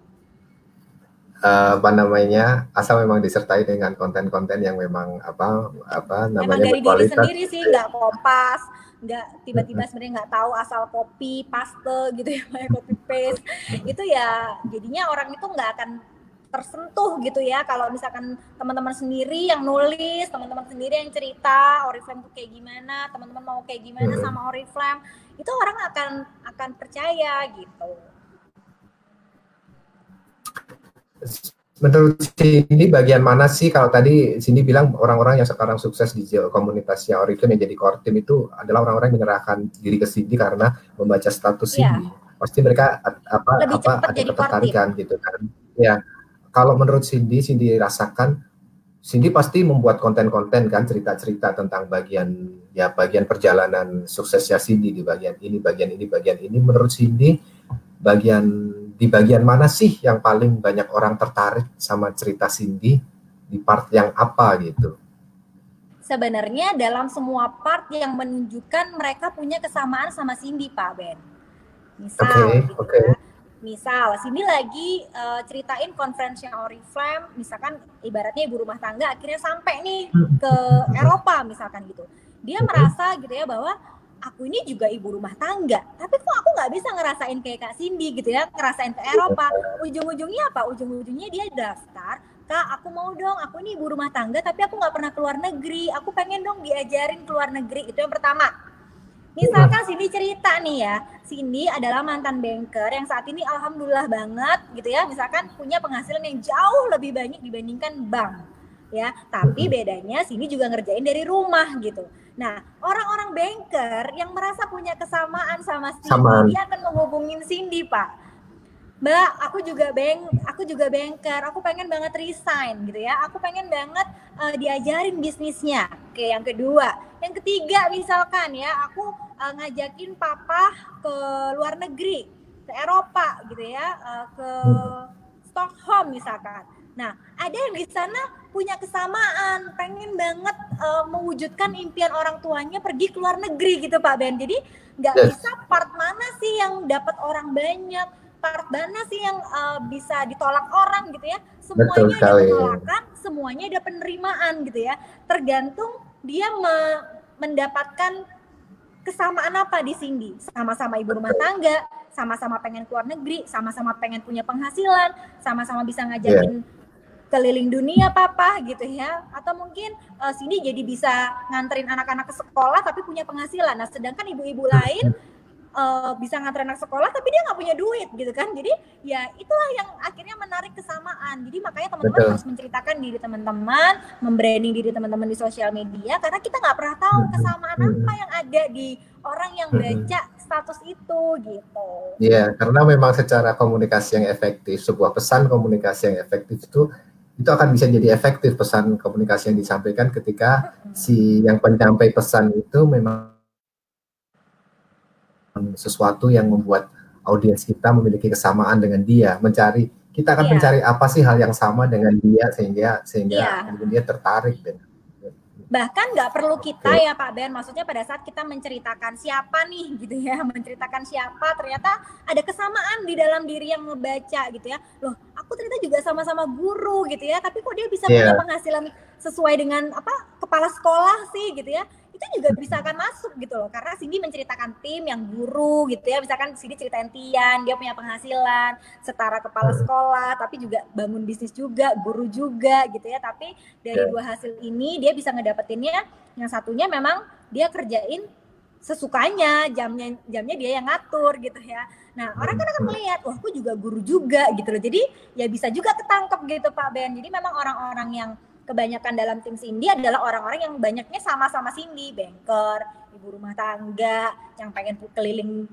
[SPEAKER 1] Asal memang disertai dengan konten-konten yang memang
[SPEAKER 2] memang dari diri sendiri sih, nggak kompas, nggak tiba-tiba sebenarnya nggak tahu asal copy paste gitu ya, copy paste itu ya jadinya orang itu nggak akan tersentuh gitu ya. Kalau misalkan teman-teman sendiri yang nulis, teman-teman sendiri yang cerita Oriflame tuh kayak gimana, teman-teman mau kayak gimana sama Oriflame, itu orang akan percaya gitu.
[SPEAKER 1] Menurut Cindy bagian mana sih, kalau tadi Cindy bilang orang-orang yang sekarang sukses di komunitasnya Oriflame yang jadi core team itu adalah orang-orang yang menyerahkan diri ke Cindy karena membaca status Cindy. Pasti mereka ada ketertarikan gitu kan. Ya, kalau menurut Cindy rasakan Cindy pasti membuat konten-konten kan, cerita-cerita tentang bagian perjalanan suksesnya Cindy di bagian ini. Menurut Cindy di bagian mana sih yang paling banyak orang tertarik sama cerita Cindy, di part yang apa gitu?
[SPEAKER 2] Sebenarnya dalam semua part yang menunjukkan mereka punya kesamaan sama Cindy Pak Ben. Misal misal Cindy lagi ceritain conference-nya Oriflame, misalkan ibaratnya ibu rumah tangga akhirnya sampai nih ke Eropa misalkan gitu. Dia merasa gitu ya bahwa aku ini juga ibu rumah tangga, tapi kok aku nggak bisa ngerasain kayak Kak Cindy gitu ya, ngerasain ke Eropa. Ujung-ujungnya apa? Ujung-ujungnya dia daftar, Kak aku mau dong, aku ini ibu rumah tangga tapi aku nggak pernah keluar negeri, aku pengen dong diajarin keluar negeri. Itu yang pertama. Misalkan Cindy cerita nih ya, Cindy adalah mantan banker yang saat ini alhamdulillah banget gitu ya, misalkan punya penghasilan yang jauh lebih banyak dibandingkan bank ya, tapi bedanya Cindy juga ngerjain dari rumah gitu. Nah, orang-orang banker yang merasa punya kesamaan sama Cindy, dia akan menghubungin Cindy, Pak. Mbak, aku juga banker, aku pengen banget resign gitu ya. Aku pengen banget diajarin bisnisnya. Oke, yang kedua. Yang ketiga misalkan ya, aku ngajakin papa ke luar negeri, ke Eropa gitu ya, ke Stockholm misalkan. Nah, ada yang di sana punya kesamaan, pengen banget mewujudkan impian orang tuanya pergi ke luar negeri gitu Pak Ben. Jadi nggak bisa part mana sih yang dapat orang banyak, part mana sih yang bisa ditolak orang gitu ya. Semuanya ada penolakan, semuanya ada penerimaan gitu ya. Tergantung dia mendapatkan kesamaan apa di Cindy. Sama-sama ibu rumah tangga, sama-sama pengen keluar negeri, sama-sama pengen punya penghasilan, sama-sama bisa ngajakin keliling dunia papa gitu ya, atau mungkin Cindy jadi bisa nganterin anak-anak ke sekolah tapi punya penghasilan. Nah sedangkan ibu-ibu lain bisa nganterin anak sekolah tapi dia nggak punya duit gitu kan. Jadi ya itulah yang akhirnya menarik kesamaan. Jadi makanya teman-teman harus menceritakan diri teman-teman, membranding diri teman-teman di sosial media, karena kita nggak pernah tahu kesamaan apa yang ada di orang yang baca status itu gitu.
[SPEAKER 1] Iya, karena memang secara komunikasi yang efektif, sebuah pesan komunikasi yang efektif itu akan bisa jadi efektif pesan komunikasi yang disampaikan ketika si yang penyampai pesan itu memang sesuatu yang membuat audiens kita memiliki kesamaan dengan dia, kita akan mencari apa sih hal yang sama dengan dia sehingga dia tertarik dengan.
[SPEAKER 2] Bahkan nggak perlu kita ya Pak Ben, maksudnya pada saat kita menceritakan siapa nih gitu ya, menceritakan siapa, ternyata ada kesamaan di dalam diri yang ngebaca gitu ya. Loh, aku ternyata juga sama-sama guru gitu ya, tapi kok dia bisa punya penghasilan sesuai dengan kepala sekolah sih gitu ya. itu juga bisa akan masuk gitu loh, karena Cindy menceritakan tim yang guru gitu ya, misalkan Cindy ceritain Tian, dia punya penghasilan setara kepala sekolah, tapi juga bangun bisnis juga, guru juga gitu ya, tapi dari dua hasil ini dia bisa ngedapetinnya, yang satunya memang dia kerjain sesukanya, jamnya dia yang ngatur gitu ya. Nah, orang kan akan melihat, wah aku juga guru juga gitu loh. Jadi ya bisa juga ketangkep gitu Pak Ben. Jadi memang orang-orang yang kebanyakan dalam tim Cindy adalah orang-orang yang banyaknya sama-sama Cindy, banker, ibu rumah tangga, yang pengen keliling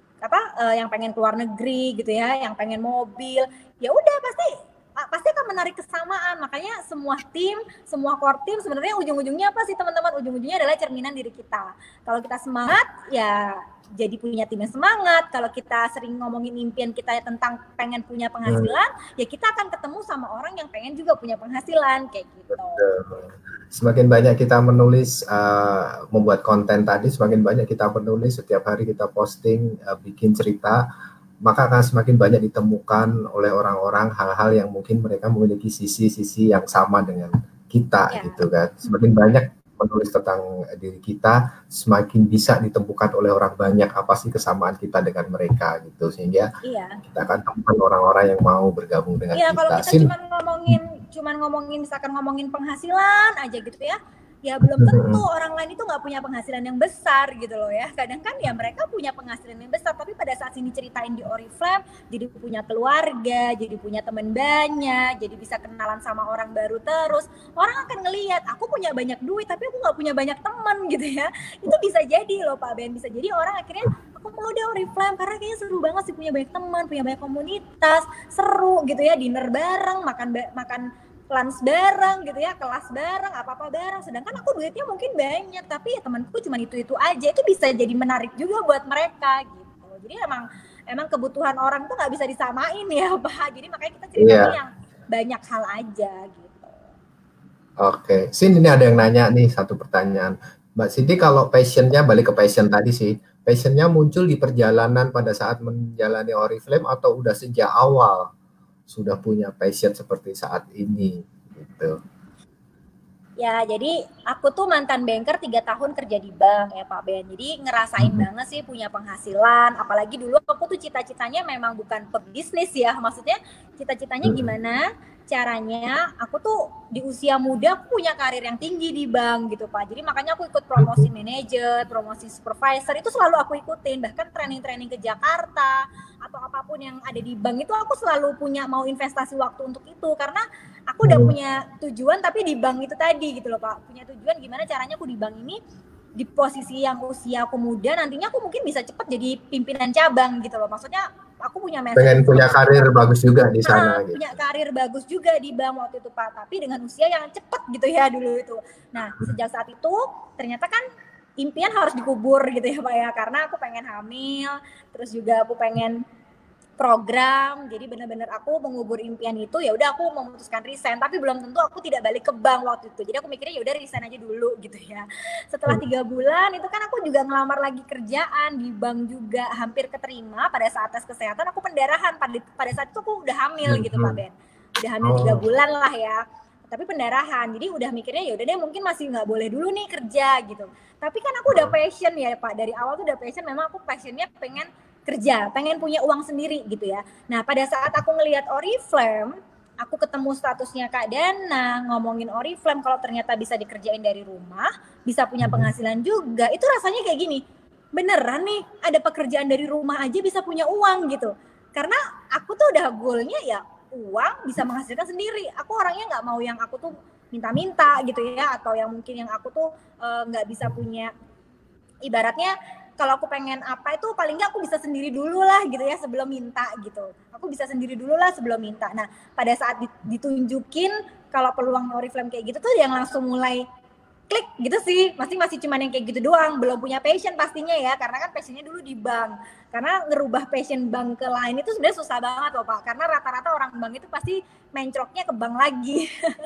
[SPEAKER 2] yang pengen keluar negeri gitu ya, yang pengen mobil. Ya udah pasti akan menarik kesamaan. Makanya semua tim, semua core team sebenarnya ujung-ujungnya apa sih teman-teman? Ujung-ujungnya adalah cerminan diri kita. Kalau kita semangat, ya jadi punya tim yang semangat. Kalau kita sering ngomongin impian kita tentang pengen punya penghasilan, ya kita akan ketemu sama orang yang pengen juga punya penghasilan kayak gitu.
[SPEAKER 1] Semakin banyak kita menulis, membuat konten tadi, semakin banyak kita menulis, setiap hari kita posting, bikin cerita, maka akan semakin banyak ditemukan oleh orang-orang hal-hal yang mungkin mereka memiliki sisi-sisi yang sama dengan kita gitu kan. Semakin banyak menulis tentang diri kita, semakin bisa ditemukan oleh orang banyak apa sih kesamaan kita dengan mereka gitu, sehingga kita akan temukan orang-orang yang mau bergabung dengan kita.
[SPEAKER 2] Kalau kita cuman ngomongin misalkan ngomongin penghasilan aja gitu ya belum tentu orang lain itu nggak punya penghasilan yang besar gitu loh ya. Kadang kan ya mereka punya penghasilan yang besar, tapi pada saat ini ceritain di Oriflame, jadi punya keluarga, jadi punya teman banyak, jadi bisa kenalan sama orang baru terus. Orang akan ngelihat, aku punya banyak duit, tapi aku nggak punya banyak teman gitu ya. Itu bisa jadi loh Pak Ben, bisa jadi orang akhirnya aku mau deh Oriflame karena kayaknya seru banget sih, punya banyak teman, punya banyak komunitas, seru gitu ya, dinner bareng, makan lunch bareng gitu ya, kelas bareng, apa-apa bareng. Sedangkan aku duitnya mungkin banyak, tapi ya temanku cuma itu aja. Itu bisa jadi menarik juga buat mereka gitu. Jadi emang kebutuhan orang tuh nggak bisa disamain ya Pak. Jadi makanya kita ceritanya yang banyak hal aja gitu.
[SPEAKER 1] Oke, Sin, ini ada yang nanya nih, satu pertanyaan. Mbak Cindy, kalau passionnya, balik ke passion tadi sih, passionnya muncul di perjalanan pada saat menjalani Oriflame atau udah sejak awal sudah punya passion seperti saat ini gitu?
[SPEAKER 2] Ya, jadi aku tuh mantan banker 3 tahun kerja di bank ya Pak Ben. Jadi ngerasain banget sih punya penghasilan. Apalagi dulu aku tuh cita-citanya memang bukan pebisnis ya. Maksudnya cita-citanya gimana caranya aku tuh di usia muda aku punya karir yang tinggi di bank gitu Pak. Jadi makanya aku ikut promosi manajer, promosi supervisor, itu selalu aku ikutin. Bahkan training-training ke Jakarta atau apapun yang ada di bank itu aku selalu punya mau investasi waktu untuk itu. Karena aku udah punya tujuan tapi di bank itu tadi gitu loh Pak. Punya tujuan gimana caranya aku di bank ini di posisi yang usia aku muda, nantinya aku mungkin bisa cepat jadi pimpinan cabang gitu loh. Maksudnya aku punya
[SPEAKER 1] pengen punya karir bagus juga di sana
[SPEAKER 2] gitu. Punya karir bagus juga di bank waktu itu Pak, tapi dengan usia yang cepat gitu ya dulu itu. Nah, sejak saat itu ternyata kan impian harus dikubur gitu ya Pak ya, karena aku pengen hamil, terus juga aku pengen program, jadi benar-benar aku mengubur impian itu. Ya udah aku memutuskan resign, tapi belum tentu aku tidak balik ke bank waktu itu. Jadi aku mikirnya ya udah resign aja dulu gitu ya. Setelah 3 bulan itu kan aku juga ngelamar lagi kerjaan di bank juga, hampir keterima. Pada saat tes kesehatan aku pendarahan, pada saat itu aku udah hamil gitu Pak Ben. Udah hamil 3 bulan lah ya. Tapi pendarahan, jadi udah mikirnya ya udah deh mungkin masih nggak boleh dulu nih kerja gitu. Tapi kan aku udah passion ya Pak, dari awal tuh udah passion, memang aku passionnya pengen kerja, pengen punya uang sendiri gitu ya. Nah pada saat aku ngelihat Oriflame, aku ketemu statusnya Kak Dana, ngomongin Oriflame kalau ternyata bisa dikerjain dari rumah, bisa punya penghasilan juga, itu rasanya kayak gini, beneran nih ada pekerjaan dari rumah aja bisa punya uang gitu. Karena aku tuh udah goalnya ya uang bisa menghasilkan sendiri. Aku orangnya nggak mau yang aku tuh minta-minta gitu ya, atau yang mungkin yang aku tuh nggak bisa punya, ibaratnya kalau aku pengen apa itu paling nggak aku bisa sendiri dulu lah gitu ya sebelum minta gitu. Aku bisa sendiri dulu lah sebelum minta. Nah pada saat ditunjukin kalau peluang Oriflame kayak gitu tuh yang langsung mulai klik gitu sih. Masih cuman yang kayak gitu doang, belum punya passion pastinya ya, karena kan passionnya dulu di bank. Karena ngerubah passion bank ke lain itu sebenarnya susah banget loh Pak, karena rata-rata orang bank itu pasti mencroknya ke bank lagi.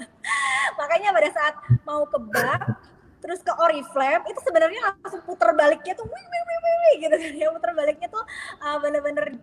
[SPEAKER 2] Makanya pada saat mau ke bank terus ke Oriflame itu sebenarnya langsung puter baliknya tuh gitu kan ya, puter baliknya tuh bener-bener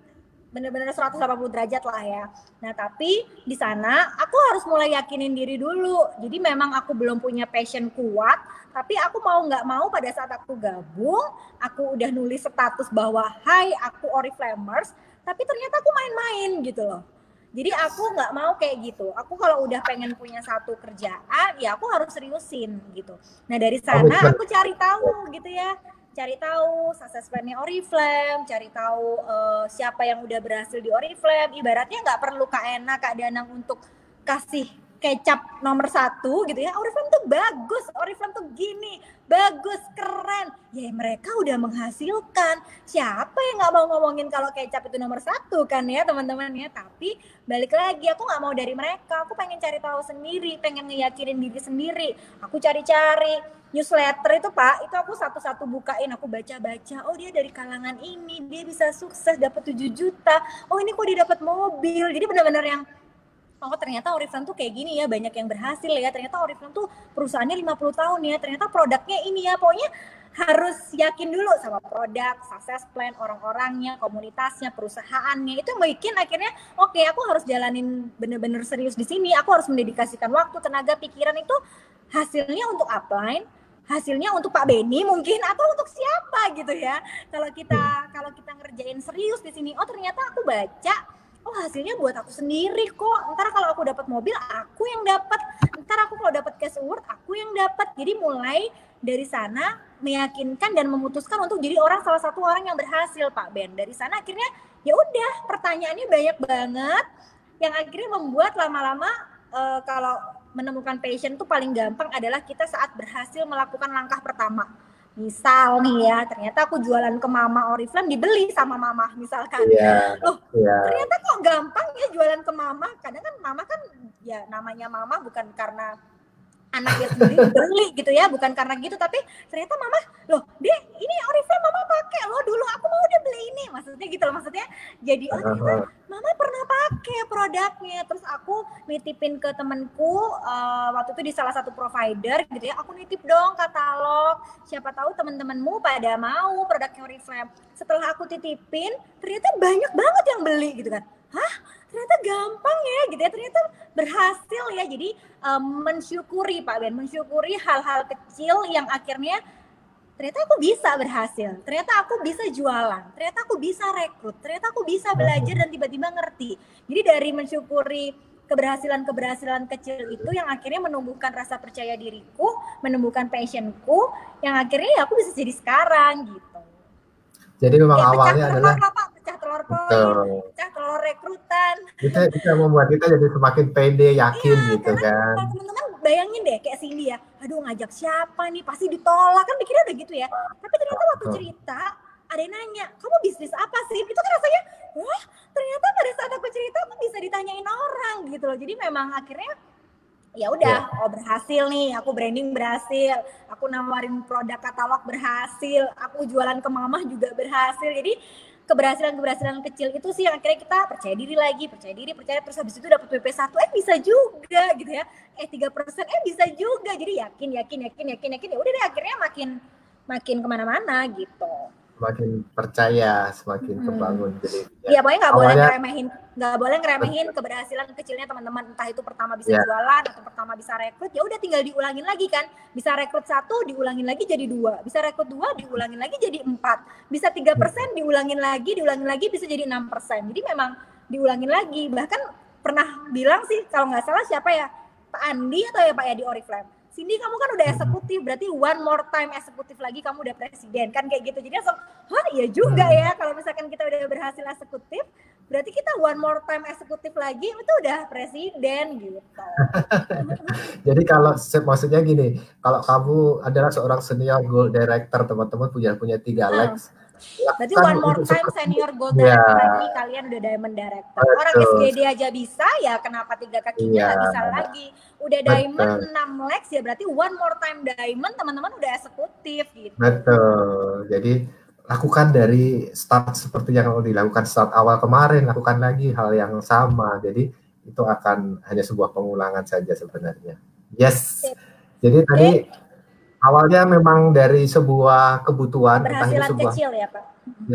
[SPEAKER 2] bener-bener 180 derajat lah ya. Nah tapi di sana aku harus mulai yakinin diri dulu. Jadi memang aku belum punya passion kuat, tapi aku mau nggak mau pada saat aku gabung, aku udah nulis status bahwa hai aku Oriflamers, tapi ternyata aku main-main gitu loh. Jadi aku nggak mau kayak gitu. Aku kalau udah pengen punya satu kerjaan, ya aku harus seriusin gitu. Nah dari sana aku cari tahu gitu ya, cari tahu success plan-nya Oriflame, cari tahu siapa yang udah berhasil di Oriflame. Ibaratnya nggak perlu Kak Ena, Kak Danang untuk kasih kecap nomor 1 gitu ya. Oriflame tuh bagus, Oriflame tuh gini, bagus, keren. Ya mereka udah menghasilkan. Siapa yang nggak mau ngomongin kalau kecap itu nomor 1 kan ya teman-teman ya. Tapi balik lagi, aku nggak mau dari mereka. Aku pengen cari tahu sendiri, pengen ngeyakinin diri sendiri. Aku cari-cari newsletter itu Pak, itu aku satu-satu bukain, aku baca-baca. Oh dia dari kalangan ini, dia bisa sukses dapat 7 juta. Oh ini kok dia dapat mobil. Jadi benar-benar yang oh ternyata Oriflame tuh kayak gini ya, banyak yang berhasil ya, ternyata Oriflame tuh perusahaannya 50 tahun ya, ternyata produknya ini ya, pokoknya harus yakin dulu sama produk, success plan, orang-orangnya, komunitasnya, perusahaannya, itu yang bikin akhirnya oke, aku harus jalanin bener-bener serius di sini, aku harus mendedikasikan waktu, tenaga, pikiran itu hasilnya untuk upline, hasilnya untuk Pak Benny mungkin atau untuk siapa gitu ya. Kalau kita ngerjain serius di sini, oh ternyata aku baca oh hasilnya buat aku sendiri kok. Ntar kalau aku dapat mobil aku yang dapat. Ntar aku kalau dapat cash award aku yang dapat. Jadi mulai dari sana meyakinkan dan memutuskan untuk jadi salah satu orang yang berhasil Pak Ben. Dari sana akhirnya ya udah pertanyaannya banyak banget yang akhirnya membuat lama-lama kalau menemukan passion tuh paling gampang adalah kita saat berhasil melakukan langkah pertama. Misal nih ya, ternyata aku jualan ke mama Oriflame dibeli sama mama misalkan. Loh, ternyata kok gampang ya jualan ke mama. Kadang kan mama kan ya namanya mama bukan karena anaknya sendiri beli gitu ya, bukan karena gitu, tapi ternyata mama, loh dia ini Oriflame mama pakai loh dulu, aku mau dia beli ini, maksudnya gitu loh, maksudnya jadi oh ternyata mama pernah pakai produknya. Terus aku nitipin ke temenku waktu itu di salah satu provider gitu ya, aku nitip dong katalog, siapa tahu teman-temanmu pada mau produknya Oriflame. Setelah aku titipin ternyata banyak banget yang beli gitu kan, hah ternyata gampang ya gitu ya, ternyata berhasil ya. Jadi mensyukuri Pak Ben, mensyukuri hal-hal kecil yang akhirnya ternyata aku bisa berhasil, ternyata aku bisa jualan, ternyata aku bisa rekrut, ternyata aku bisa belajar dan tiba-tiba ngerti. Jadi dari mensyukuri keberhasilan-keberhasilan kecil itu yang akhirnya menumbuhkan rasa percaya diriku, menumbuhkan passionku, yang akhirnya ya aku bisa jadi sekarang gitu.
[SPEAKER 1] Jadi memang awalnya adalah
[SPEAKER 2] pecah telur poin, pecah telur rekrutan.
[SPEAKER 1] Bisa membuat kita jadi semakin pede, yakin
[SPEAKER 2] iya,
[SPEAKER 1] gitu kan.
[SPEAKER 2] Teman-teman bayangin deh kayak Cindy ya, aduh ngajak siapa nih, pasti ditolak kan, pikirnya udah gitu ya. Tapi ternyata waktu cerita ada yang nanya, kamu bisnis apa sih? Itu kan rasanya, wah ternyata pada saat aku cerita aku bisa ditanyain orang gitu loh. Jadi memang akhirnya ya udah, oh berhasil nih, aku branding berhasil, aku nawarin produk katalog berhasil, aku jualan ke mamah juga berhasil. Jadi keberhasilan-keberhasilan kecil itu sih yang akhirnya kita percaya diri lagi, percaya terus habis itu dapat PP1 bisa juga gitu ya. 3% bisa juga. Jadi yakin ya udah deh akhirnya makin kemana-mana gitu.
[SPEAKER 1] Semakin percaya, semakin kebangun. Jadi
[SPEAKER 2] ya pokoknya nggak boleh ngeremehin keberhasilan kecilnya teman-teman, entah itu pertama bisa jualan atau pertama bisa rekrut, ya udah tinggal diulangin lagi kan. Bisa rekrut 1 diulangin lagi jadi 2, bisa rekrut 2 diulangin lagi jadi 4, bisa 3% diulangin lagi bisa jadi 6%. Jadi memang diulangin lagi. Bahkan pernah bilang sih kalau nggak salah siapa ya, Pak Andi atau ya Pak Yadi Oriflame, Cindy kamu kan udah eksekutif, berarti one more time eksekutif lagi kamu udah presiden kan kayak gitu. Jadi langsung, iya juga ya, kalau misalkan kita udah berhasil eksekutif, berarti kita one more time eksekutif lagi itu udah presiden gitu.
[SPEAKER 1] Jadi kalau maksudnya gini, kalau kamu adalah seorang senior gold director, teman-teman punya 3 lex.
[SPEAKER 2] Berarti one more time senior gold director lagi, kalian udah diamond director. Orang SGD aja bisa, ya kenapa 3 kakinya nggak bisa lagi? Udah diamond 6 lex ya berarti one more time diamond, teman-teman udah eksekutif gitu.
[SPEAKER 1] Betul. Jadi lakukan dari start seperti yang dilakukan start awal kemarin, lakukan lagi hal yang sama. Jadi itu akan hanya sebuah pengulangan saja sebenarnya. Yes. Jadi tadi awalnya memang dari sebuah kebutuhan,
[SPEAKER 2] keberhasilan kecil ya Pak.
[SPEAKER 1] Ya,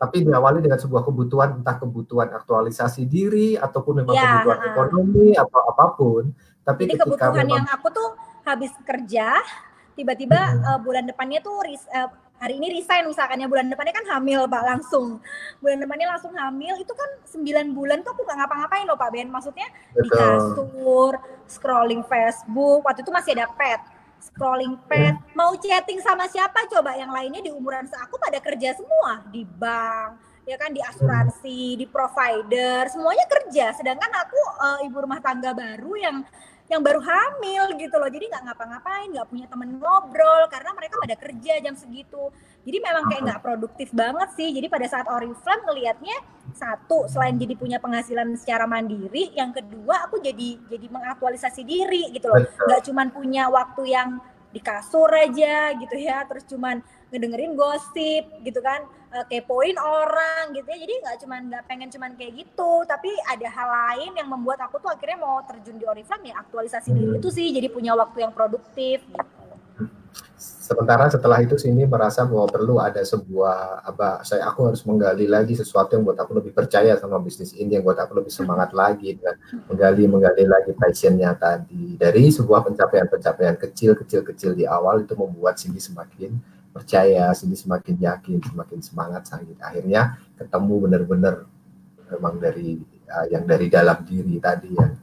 [SPEAKER 1] tapi diawali dengan sebuah kebutuhan, entah kebutuhan aktualisasi diri ataupun memang
[SPEAKER 2] Ya,
[SPEAKER 1] kebutuhan ekonomi atau apapun. Tapi
[SPEAKER 2] jadi
[SPEAKER 1] ketika
[SPEAKER 2] kebutuhan
[SPEAKER 1] memang
[SPEAKER 2] yang aku tuh habis kerja, tiba-tiba bulan depannya tuh hari ini resign misalkannya, bulan depannya kan hamil Pak langsung. Bulan depannya langsung hamil, itu kan 9 bulan tuh aku gak ngapa-ngapain loh Pak Ben. Maksudnya di kasur, scrolling Facebook, waktu itu masih ada pet. Scrolling pet, mau chatting sama siapa coba, yang lainnya di umuran aku pada kerja semua, di bank, ya kan, di asuransi, di provider, semuanya kerja. Sedangkan aku ibu rumah tangga baru yang baru hamil gitu loh, jadi nggak ngapa-ngapain, nggak punya temen ngobrol karena mereka pada kerja jam segitu. Jadi memang kayak nggak produktif banget sih. Jadi pada saat Oriflame ngelihatnya, satu, selain jadi punya penghasilan secara mandiri, yang kedua aku jadi mengaktualisasi diri gitu loh. Nggak cuman punya waktu yang di kasur aja gitu ya, terus cuman ngedengerin gosip gitu kan, kepoin orang gitu ya. Jadi nggak pengen cuman kayak gitu, tapi ada hal lain yang membuat aku tuh akhirnya mau terjun di Oriflame, ya aktualisasi diri itu sih, jadi punya waktu yang produktif gitu.
[SPEAKER 1] Sementara setelah itu Cindy merasa bahwa perlu ada sebuah aku harus menggali lagi sesuatu yang buat aku lebih percaya sama bisnis ini, yang buat aku lebih semangat lagi dan menggali lagi passionnya tadi. Dari sebuah pencapaian kecil di awal itu membuat Cindy semakin percaya, Cindy semakin yakin, semakin semangat. Akhirnya ketemu benar-benar memang dari yang dari dalam diri tadi yang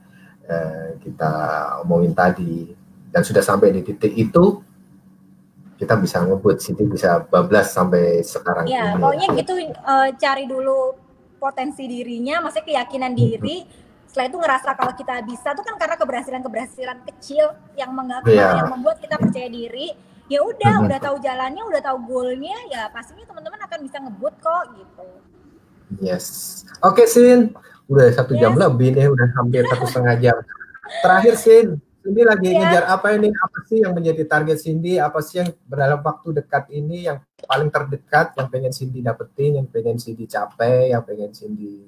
[SPEAKER 1] kita omongin tadi, dan sudah sampai di titik itu kita bisa ngebut, Cindy bisa bablas sampai sekarang
[SPEAKER 2] ya,
[SPEAKER 1] ini.
[SPEAKER 2] Pokoknya gitu, cari dulu potensi dirinya, maksudnya keyakinan diri. Setelah itu ngerasa kalau kita bisa tuh kan karena keberhasilan kecil yang membuat kita percaya diri. Ya udah tahu jalannya, udah tahu goalnya, ya pastinya teman-teman akan bisa ngebut kok gitu.
[SPEAKER 1] Yes. Oke, Sin, udah 1 jam lebih nih, udah hampir 1,5 jam. Terakhir, Sin, Cindy lagi ngejar apa ini? Apa sih yang menjadi target Cindy? Apa sih yang dalam waktu dekat ini yang paling terdekat, yang pengen Cindy dapetin, yang pengen Cindy capai, yang pengen Cindy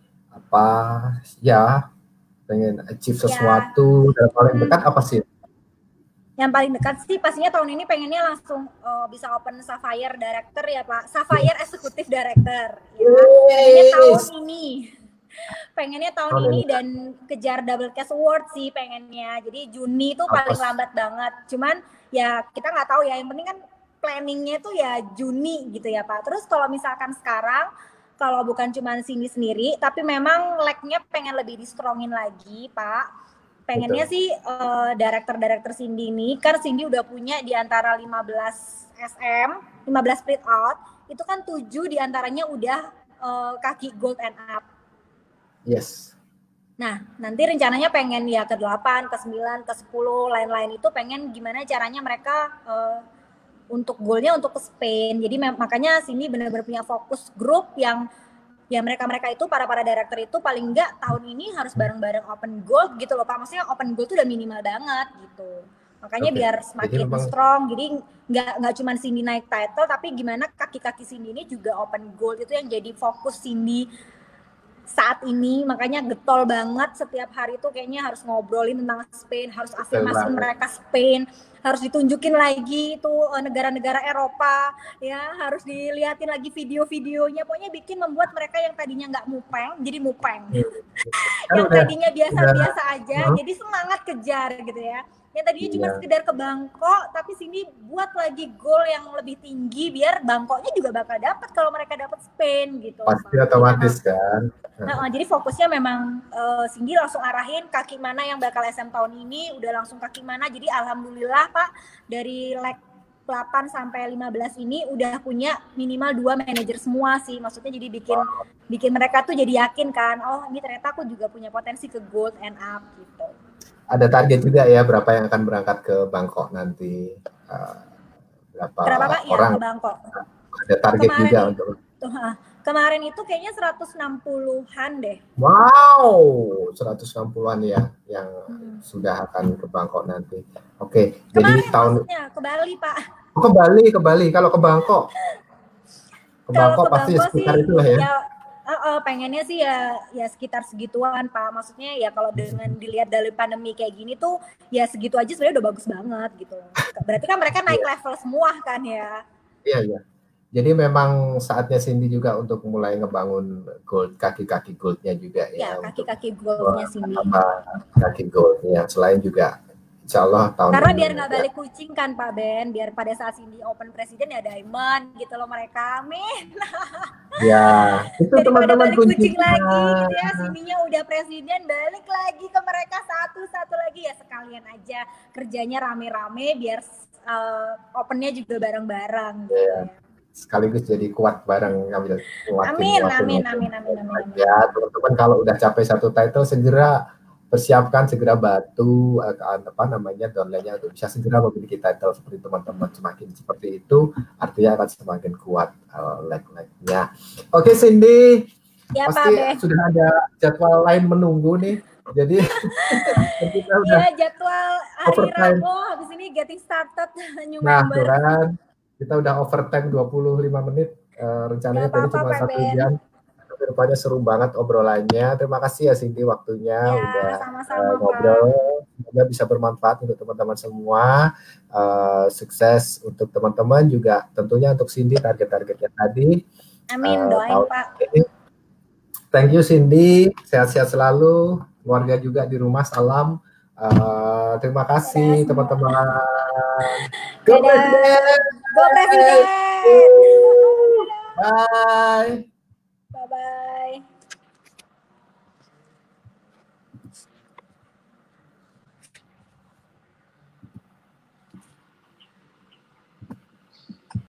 [SPEAKER 1] pengen achieve sesuatu dalam paling dekat apa sih?
[SPEAKER 2] Yang paling dekat sih pastinya tahun ini pengennya langsung bisa open Sapphire Director ya Pak. Sapphire Executive Director. Ya. Pengennya tahun ini dan kejar Double Cash Award sih pengennya. Jadi Juni itu paling lambat banget. Cuman ya kita nggak tahu ya. Yang penting kan planningnya tuh ya Juni gitu ya Pak. Terus kalau misalkan sekarang, kalau bukan cuma Cindy sendiri, tapi memang leg-nya pengen lebih di-strongin lagi Pak. Pengennya sih director Cindy ini, kan Cindy udah punya di antara 15 SM, 15 split out, itu kan 7 diantaranya udah kaki gold and up.
[SPEAKER 1] Yes.
[SPEAKER 2] Nah, nanti rencananya pengen ya ke 8, ke 9, ke 10, lain-lain itu pengen gimana caranya mereka untuk goalnya untuk ke Spain. Jadi makanya Cindy benar-benar punya fokus grup yang ya mereka itu para director itu paling enggak tahun ini harus bareng-bareng open gold gitu loh Pak. Maksudnya open gold itu udah minimal banget gitu. Makanya biar semakin strong. Jadi nggak cuma Cindy naik title, tapi gimana kaki-kaki Cindy ini juga open gold, itu yang jadi fokus Cindy saat ini. Makanya getol banget setiap hari tuh kayaknya harus ngobrolin tentang Spain, harus afirmasi mereka Spain, harus ditunjukin lagi tuh negara-negara Eropa ya, harus dilihatin lagi video-videonya, pokoknya bikin membuat mereka yang tadinya nggak mupeng jadi mupeng. Yang tadinya biasa-biasa aja jadi semangat kejar gitu ya. Yang tadinya cuma sekedar ke Bangkok, tapi sini buat lagi goal yang lebih tinggi biar Bangkoknya juga bakal dapat kalau mereka dapat Spain gitu.
[SPEAKER 1] Pasti otomatis kan.
[SPEAKER 2] Jadi fokusnya memang Cindy langsung arahin kaki mana yang bakal SM tahun ini, udah langsung kaki mana. Jadi alhamdulillah Pak, dari leg 8 sampai 15 ini udah punya minimal 2 manajer semua sih. Maksudnya jadi bikin mereka tuh jadi yakin kan, oh ini ternyata aku juga punya potensi ke gold and up gitu.
[SPEAKER 1] Ada target juga ya berapa yang akan berangkat ke Bangkok nanti?
[SPEAKER 2] Berapa Pak
[SPEAKER 1] orang
[SPEAKER 2] ya ke Bangkok?
[SPEAKER 1] Ada target kemarin juga untuk
[SPEAKER 2] kemarin itu kayaknya 160-an deh.
[SPEAKER 1] Wow, 160-an ya yang sudah akan ke Bangkok nanti. Oke,
[SPEAKER 2] kemarin
[SPEAKER 1] jadi tahun
[SPEAKER 2] ke Bali Pak.
[SPEAKER 1] Ke Bali. Kalau ke Bangkok pasti sekitar itulah ya.
[SPEAKER 2] Pengennya sih ya sekitar segituan Pak. Maksudnya ya kalau dengan dilihat dari pandemi kayak gini tuh ya segitu aja sebenarnya udah bagus banget gitu. Berarti kan mereka naik level semua kan ya.
[SPEAKER 1] Iya. Jadi memang saatnya Cindy juga untuk mulai ngebangun gold, kaki-kaki goldnya juga
[SPEAKER 2] Ya,
[SPEAKER 1] ya.
[SPEAKER 2] kaki-kaki goldnya Cindy.
[SPEAKER 1] Kaki goldnya. Selain juga Insya Allah tahun
[SPEAKER 2] karena
[SPEAKER 1] ini.
[SPEAKER 2] biar nggak balik kucing kan Pak Ben, biar pada saat Cindy Open Presiden ya diamond gitu loh mereka, amin.
[SPEAKER 1] Ya, itu
[SPEAKER 2] daripada
[SPEAKER 1] teman-teman
[SPEAKER 2] balik kucing
[SPEAKER 1] kuncinya.
[SPEAKER 2] lagi gitu ya, Cindy-nya udah presiden, balik lagi ke mereka satu-satu lagi ya, sekalian aja kerjanya rame-rame biar opennya juga bareng-bareng gitu ya.
[SPEAKER 1] Sekaligus jadi kuat bareng ngambil
[SPEAKER 2] Amin.
[SPEAKER 1] Ya teman-teman kalau udah capai satu title segera persiapkan, segera batu apa namanya downline-nya untuk bisa segera memiliki title seperti teman-teman. Semakin seperti itu artinya akan semakin kuat leg-legnya. Oke Cindy,
[SPEAKER 2] ya,
[SPEAKER 1] pasti
[SPEAKER 2] Pak
[SPEAKER 1] sudah ada jadwal lain menunggu nih. Jadi
[SPEAKER 2] kita udah jadwal hari Rabu habis ini getting started new member.
[SPEAKER 1] Kan kita udah overtime 25 menit. Rencananya tadi cuma 1 jam. Tapi rupanya seru banget obrolannya. Terima kasih ya Cindy waktunya
[SPEAKER 2] ya,
[SPEAKER 1] udah
[SPEAKER 2] sama-sama,
[SPEAKER 1] ngobrol. Semoga bisa bermanfaat untuk teman-teman semua. Sukses untuk teman-teman juga tentunya untuk Cindy target-targetnya tadi.
[SPEAKER 2] Amin, doain Pak.
[SPEAKER 1] Thank you Cindy, sehat-sehat selalu. Keluarga juga di rumah salam. Terima kasih teman-teman.
[SPEAKER 2] Go Presiden.
[SPEAKER 1] Bye.